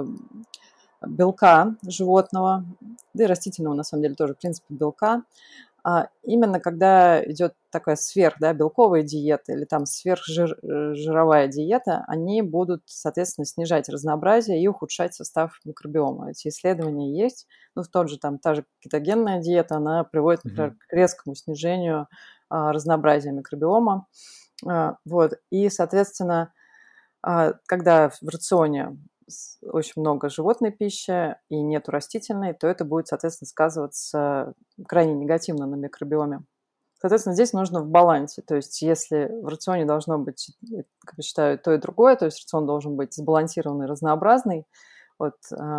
белка животного, да и растительного, на самом деле, тоже, в принципе, белка. Именно когда идет такая белковая диета или там сверхжировая диета, они будут, соответственно, снижать разнообразие и ухудшать состав микробиома. Эти исследования есть. Ну, та же кетогенная диета, она приводит, например, к резкому снижению разнообразия микробиома. Вот. И, соответственно, когда в рационе очень много животной пищи и нету растительной, то это будет, соответственно, сказываться крайне негативно на микробиоме. Соответственно, здесь нужно в балансе. То есть если в рационе должно быть, как я считаю, то и другое, то есть рацион должен быть сбалансированный, разнообразный, вот,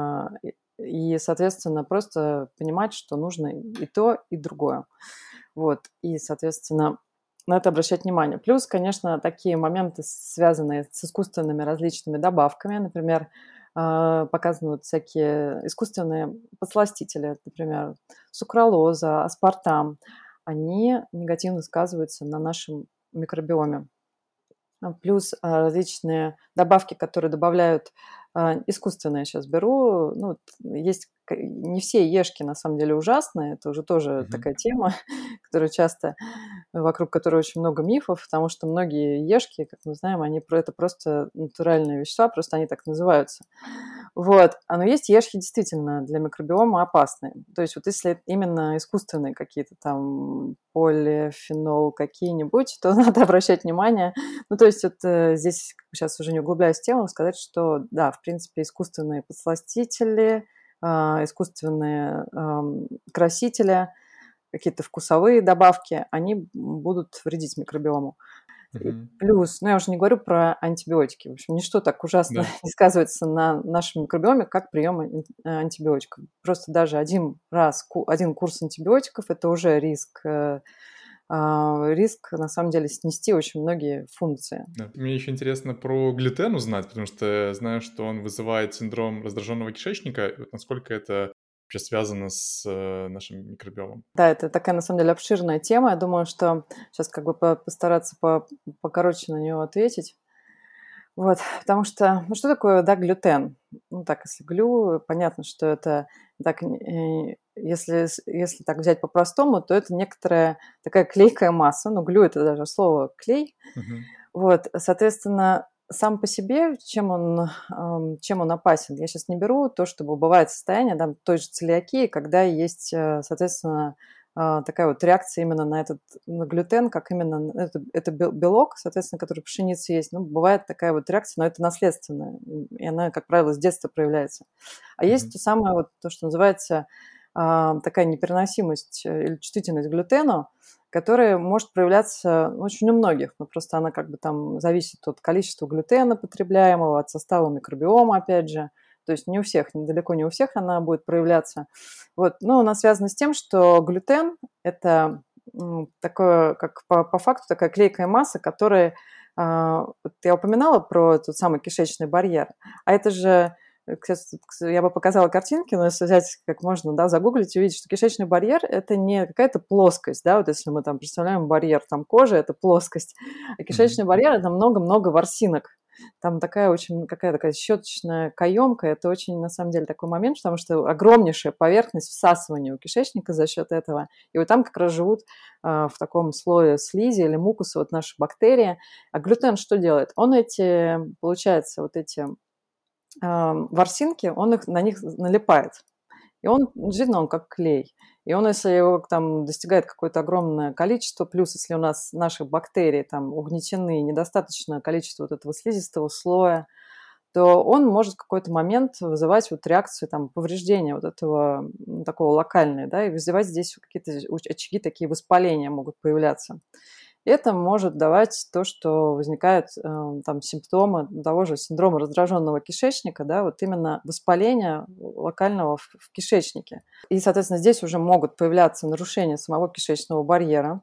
и, соответственно, просто понимать, что нужно и то, и другое. Вот, и, соответственно, на это обращать внимание. Плюс, конечно, такие моменты, связанные с искусственными различными добавками. Например, показаны вот всякие искусственные подсластители, например, сукралоза, аспартам. Они негативно сказываются на нашем микробиоме. Плюс различные добавки, которые добавляют искусственные, сейчас беру. Ну, есть не все ешки на самом деле ужасные, это уже тоже такая тема, которая часто, вокруг которой очень много мифов, потому что многие ешки, как мы знаем, это просто натуральные вещества, просто они так называются. Вот. Но есть ешки действительно для микробиома опасные. То есть вот если именно искусственные какие-то там полифенол какие-нибудь, то надо обращать внимание. Ну, то есть вот здесь, сейчас уже не углубляясь в тему, сказать, что да, в принципе, искусственные подсластители, искусственные красители, какие-то вкусовые добавки, они будут вредить микробиому. И плюс, я уже не говорю про антибиотики. В общем, ничто так ужасно не сказывается на нашем микробиоме, как прием антибиотиков. Просто даже один курс антибиотиков – это уже риск, на самом деле, снести очень многие функции. Да. Мне еще интересно про глютен узнать, потому что я знаю, что он вызывает синдром раздраженного кишечника. И вот насколько это вообще связано с нашим микробиомом? Да, это такая, на самом деле, обширная тема. Я думаю, что сейчас постараться покороче на нее ответить. Вот, потому что, что такое, глютен? Ну, так, если понятно, что это, так, если так взять по-простому, то это некоторая такая клейкая масса. Ну, это даже слово клей. Вот, соответственно, сам по себе, чем он опасен? Я сейчас не беру то, что бывает состояние той же целиакии, когда есть, соответственно, такая вот реакция именно на глютен, как именно это белок, соответственно, который в пшенице есть. Ну, бывает такая вот реакция, но это наследственная, и она, как правило, с детства проявляется. А есть то, что называется такая непереносимость или чувствительность к глютену, которая может проявляться очень у многих, но просто она как бы там зависит от количества глютена потребляемого, от состава микробиома, опять же. То есть не у всех, далеко не у всех она будет проявляться. Вот. Но она связана с тем, что глютен – это такое, как по факту, такая клейкая масса, которая… Вот я упоминала про тот самый кишечный барьер, а это же… Я бы показала картинки, но если взять, как можно, загуглить, увидеть, что кишечный барьер – это не какая-то плоскость, вот если мы там представляем барьер кожи – это плоскость, а кишечный барьер – это много-много ворсинок. Там такая щеточная каемка, это очень, на самом деле, такой момент, потому что огромнейшая поверхность всасывания у кишечника за счет этого. И вот там как раз живут в таком слое слизи или мукуса наши бактерии. А глютен что делает? Он получается, эти ворсинки, он на них налипает. И он, действительно, он как клей. И он, если его там достигает какое-то огромное количество, плюс если у нас наши бактерии там угнетены, недостаточное количество этого слизистого слоя, то он может в какой-то момент вызывать реакцию повреждения этого такого локальной, и вызывать здесь какие-то очаги, такие воспаления могут появляться. это может давать то, что возникают там симптомы того же синдрома раздраженного кишечника, да, вот именно воспаления локального в кишечнике. И, соответственно, здесь уже могут появляться нарушения самого кишечного барьера.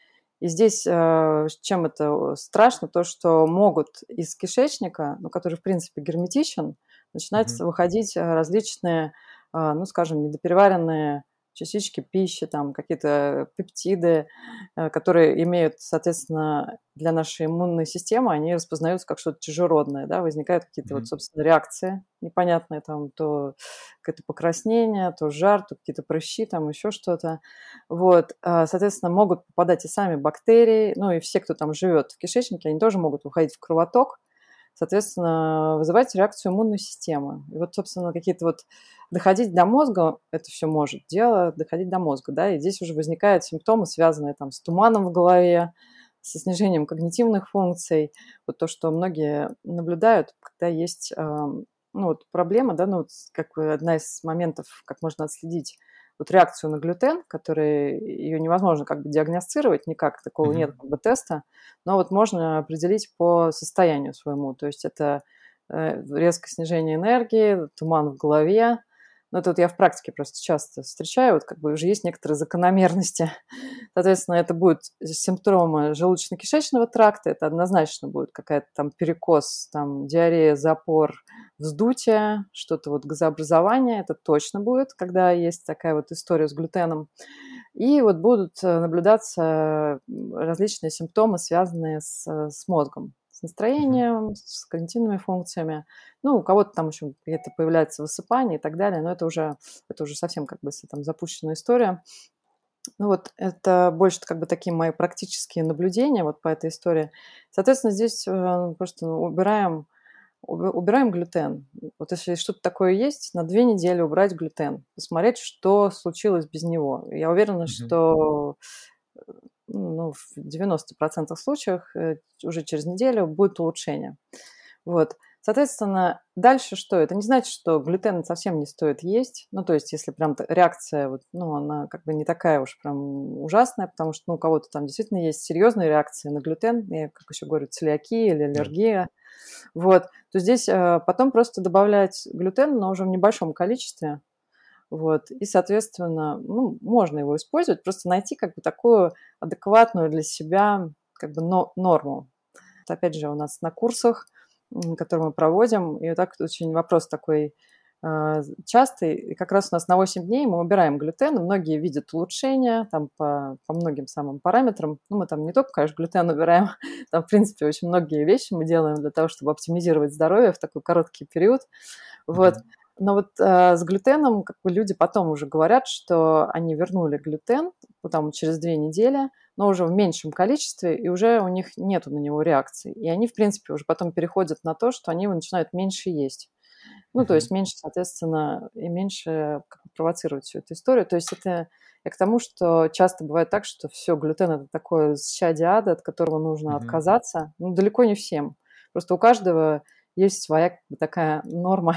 И здесь чем это страшно, то, что могут из кишечника, ну, который, в принципе, герметичен, начинать Мгм. выходить различные, ну, скажем, недопереваренные частички пищи, там какие-то пептиды, которые имеют, соответственно, для нашей иммунной системы, они распознаются как что-то чужеродное, да, возникают какие-то вот, Мгм. собственно, реакции непонятные, там то какое-то покраснение, то жар, то какие-то прыщи, там еще что-то. Вот, соответственно, могут попадать и сами бактерии, ну и все, кто там живет в кишечнике, они тоже могут выходить в кровоток, соответственно, вызывать реакцию иммунной системы. И вот, собственно, какие-то вот доходить до мозга, это все может дело доходить до мозга, да, и здесь уже возникают симптомы, связанные там с туманом в голове, со снижением когнитивных функций. Вот то, что многие наблюдают, когда есть, ну, вот проблема, да, ну, вот как бы одна из моментов, как можно отследить вот реакцию на глютен, которая ее невозможно как бы диагностировать никак, такого нет Мгм. как бы теста, но вот можно определить по состоянию своему. То есть это резкое снижение энергии, туман в голове. Ну, это вот я в практике просто часто встречаю, вот как бы уже есть некоторые закономерности. Соответственно, это будут симптомы желудочно-кишечного тракта, это однозначно будет какая-то там перекос, там диарея, запор, вздутие, что-то вот газообразование, это точно будет, когда есть такая вот история с глютеном. И вот будут наблюдаться различные симптомы, связанные с мозгом, с Мгм. настроением, с когнитивными функциями. Ну, у кого-то там еще где-то появляется высыпание и так далее, но это уже совсем как бы там запущенная история. Ну вот это больше как бы такие мои практические наблюдения вот по этой истории. Соответственно, здесь просто убираем глютен. Вот если что-то такое есть, на 2 недели убрать глютен, посмотреть, что случилось без него. Я уверена, Мгм. что, ну, в 90% случаях, уже через неделю будет улучшение. Вот. Соответственно, дальше что? Это не значит, что глютен совсем не стоит есть. Ну, то есть, если прям реакция, вот, ну, она как бы не такая уж прям ужасная, потому что, ну, у кого-то там действительно есть серьезные реакции на глютен, и, как еще говорят, целиакия или Да. аллергия. Вот. То здесь потом просто добавлять глютен, но уже в небольшом количестве. Вот. И, соответственно, ну, можно его использовать, просто найти как бы такую адекватную для себя как бы норму. Опять же, у нас на курсах, которые мы проводим, и вот так очень вопрос такой частый. И как раз у нас на 8 дней мы убираем глютен, и многие видят улучшения там по многим самым параметрам. Ну, мы там не только, конечно, глютен убираем, там, в принципе, очень многие вещи мы делаем для того, чтобы оптимизировать здоровье в такой короткий период. Вот. Мгм. Но вот с глютеном как бы люди потом уже говорят, что они вернули глютен потом через 2 недели, но уже в меньшем количестве, и уже у них нету на него реакции. И они, в принципе, уже потом переходят на то, что они его начинают меньше есть. Ну, то Мгм. есть меньше, соответственно, и меньше как бы провоцировать всю эту историю. То есть это я к тому, что часто бывает так, что все глютен – это такое чади ада, от которого нужно Мгм. отказаться. Ну, далеко не всем. Просто у каждого есть своя как бы такая норма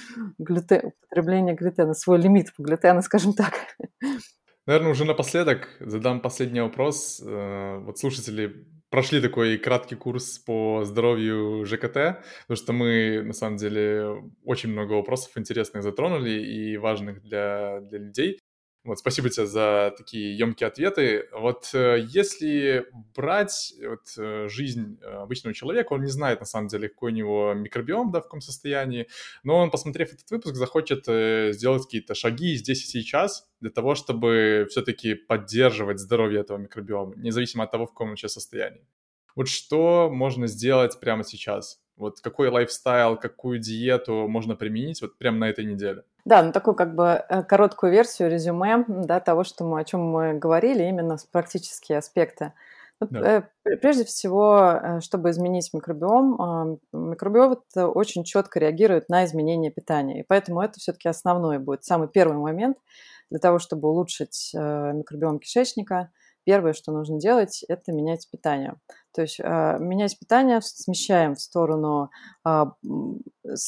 употребления глютена, свой лимит по глютену, скажем так. Наверное, уже напоследок задам последний вопрос. Вот слушатели прошли такой краткий курс по здоровью ЖКТ, потому что мы, на самом деле, очень много вопросов интересных затронули и важных для людей. Вот, спасибо тебе за такие емкие ответы. Вот если брать жизнь обычного человека, он не знает, на самом деле, какой у него микробиом, да, в каком состоянии, но он, посмотрев этот выпуск, захочет сделать какие-то шаги здесь и сейчас для того, чтобы все-таки поддерживать здоровье этого микробиома, независимо от того, в каком он сейчас состоянии. Вот что можно сделать прямо сейчас? Вот какой лайфстайл, какую диету можно применить вот прямо на этой неделе? Да, ну такую как бы короткую версию, резюме, да, того, о чем мы говорили, именно с практические аспекты. Ну, Да. прежде всего, чтобы изменить микробиом, микробиом это очень четко реагирует на изменение питания, и поэтому это все-таки основной будет самый первый момент для того, чтобы улучшить микробиом кишечника. Первое, что нужно делать, это менять питание. То есть менять питание, смещаем в сторону а, м,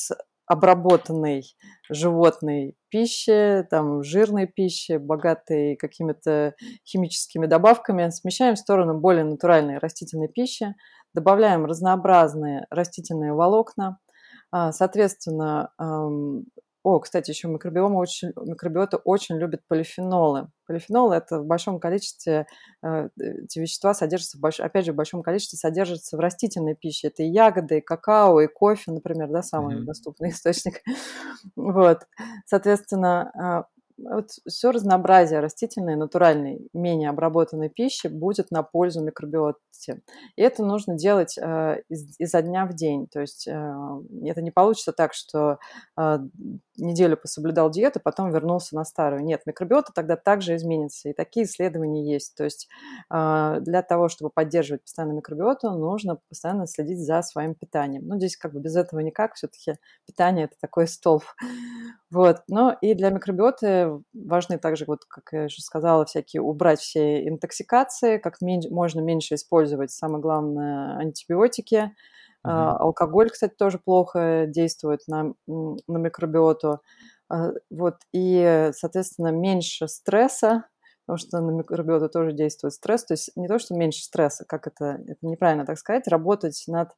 обработанной животной пищи, там, жирной пищи, богатой какими-то химическими добавками, смещаем в сторону более натуральной растительной пищи, добавляем разнообразные растительные волокна. Соответственно, кстати, еще микробиота очень любит полифенолы. Полифенолы – это в большом количестве, эти вещества содержатся, опять же, в большом количестве содержатся в растительной пище. Это и ягоды, и какао, и кофе, например, да, самый доступный источник. Вот. Соответственно, вот все разнообразие растительной, натуральной, менее обработанной пищи будет на пользу микробиоте. И это нужно делать изо дня в день. То есть это не получится так, что неделю пособлюдал диету, потом вернулся на старую. Нет, микробиота тогда также изменится. И такие исследования есть. То есть для того, чтобы поддерживать постоянно микробиоту, нужно постоянно следить за своим питанием. Ну, здесь как бы без этого никак. Все-таки питание – это такой столб. Вот. Но и для микробиоты важны также, вот, как я уже сказала, всякие убрать все интоксикации, как можно меньше использовать, самое главное, антибиотики. Алкоголь, кстати, тоже плохо действует на микробиоту. Вот. И, соответственно, меньше стресса, потому что на микробиоту тоже действует стресс. То есть не то, что меньше стресса, как это неправильно так сказать, работать над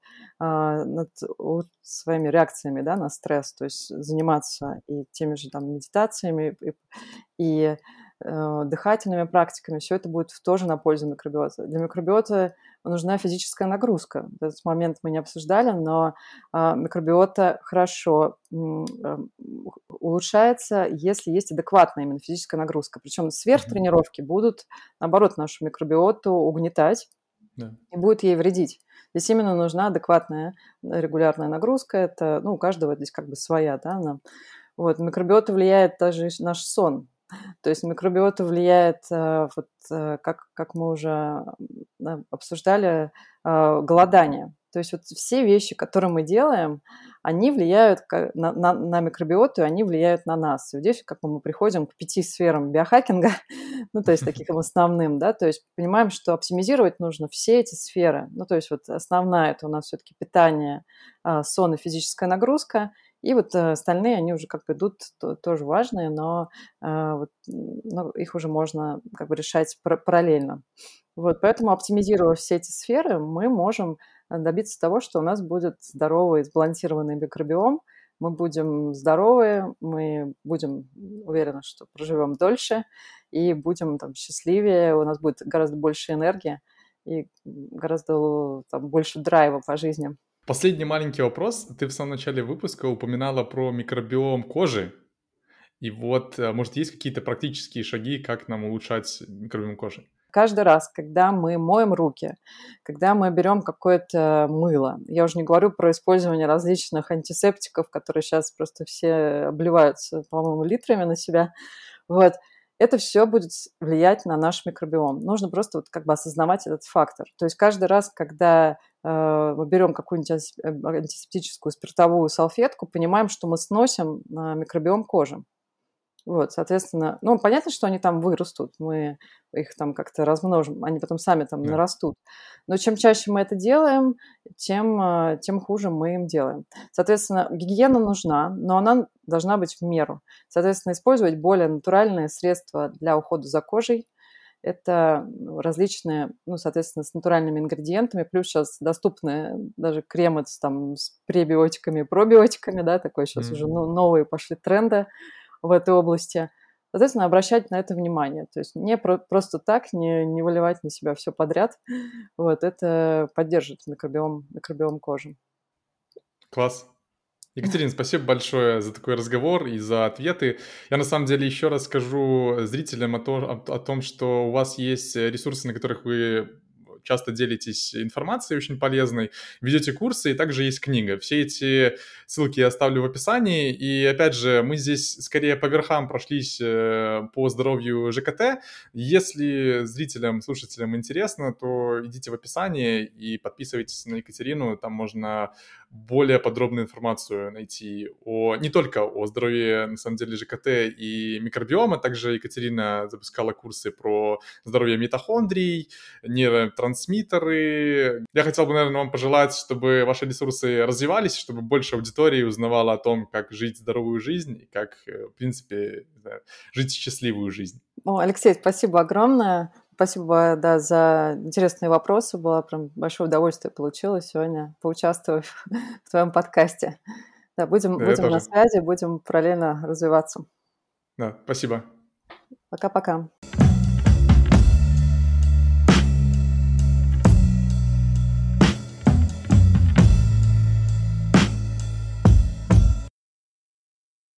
своими реакциями, да, на стресс, то есть заниматься и теми же там медитациями, и дыхательными практиками, все это будет тоже на пользу микробиота. Для микробиота нужна физическая нагрузка. Этот момент мы не обсуждали, но микробиота хорошо улучшается, если есть адекватная именно физическая нагрузка. Причем сверхтренировки будут, наоборот, нашу микробиоту угнетать и будут ей вредить. Здесь именно нужна адекватная регулярная нагрузка. Это, у каждого здесь как бы своя, да, она. Вот, микробиота влияет даже наш сон. То есть микробиота влияет, как мы уже обсуждали, голодание. То есть вот все вещи, которые мы делаем, они влияют на микробиоту, и они влияют на нас. И здесь как бы мы приходим к 5 сферам биохакинга, то есть таким основным, да, то есть понимаем, что оптимизировать нужно все эти сферы. То есть вот основная – это у нас все-таки питание, сон и физическая нагрузка. И вот остальные, они уже как бы идут, тоже важные, но их уже можно как бы решать параллельно. Вот, поэтому, оптимизируя все эти сферы, мы можем добиться того, что у нас будет здоровый, сбалансированный микробиом, мы будем здоровы, мы будем уверены, что проживем дольше и будем там счастливее, у нас будет гораздо больше энергии и гораздо там больше драйва по жизни. Последний маленький вопрос. Ты в самом начале выпуска упоминала про микробиом кожи. И вот, может, есть какие-то практические шаги, как нам улучшать микробиом кожи? Каждый раз, когда мы моем руки, когда мы берем какое-то мыло, я уже не говорю про использование различных антисептиков, которые сейчас просто все обливаются, по-моему, литрами на себя, вот, это все будет влиять на наш микробиом. Нужно просто вот как бы осознавать этот фактор. То есть каждый раз, когда мы берем какую-нибудь антисептическую спиртовую салфетку, понимаем, что мы сносим микробиом кожи. Вот, соответственно, понятно, что они там вырастут, мы их там как-то размножим, они потом сами там нарастут. Но чем чаще мы это делаем, тем хуже мы им делаем. Соответственно, гигиена нужна, но она должна быть в меру. Соответственно, использовать более натуральные средства для ухода за кожей. Это различные, соответственно, с натуральными ингредиентами, плюс сейчас доступны даже кремы с пребиотиками и пробиотиками, да, такой сейчас уже новые пошли тренды в этой области. Соответственно, обращать на это внимание. То есть не просто так, не выливать на себя все подряд. Вот, это поддержит микробиом кожи. Класс. Екатерина, спасибо большое за такой разговор и за ответы. Я на самом деле еще раз скажу зрителям о том, что у вас есть ресурсы, на которых вы часто делитесь информацией очень полезной, ведете курсы, и также есть книга. Все эти ссылки я оставлю в описании. И опять же, мы здесь скорее по верхам прошлись по здоровью ЖКТ. Если зрителям, слушателям интересно, то идите в описание и подписывайтесь на Екатерину. Там можно более подробную информацию найти не только о здоровье, на самом деле, ЖКТ и микробиома. Также Екатерина запускала курсы про здоровье митохондрий, нейротрансмиттеров нейротрансмиттеры. Я хотел бы, наверное, вам пожелать, чтобы ваши ресурсы развивались, чтобы больше аудитории узнавала о том, как жить здоровую жизнь и как, в принципе, не знаю, жить счастливую жизнь. Алексей, спасибо огромное. Спасибо, да, за интересные вопросы. Было прям большое удовольствие получилось сегодня поучаствовать в твоем подкасте. Да, Да, я будем на тоже. связи, будем параллельно развиваться. Да, спасибо. Пока-пока.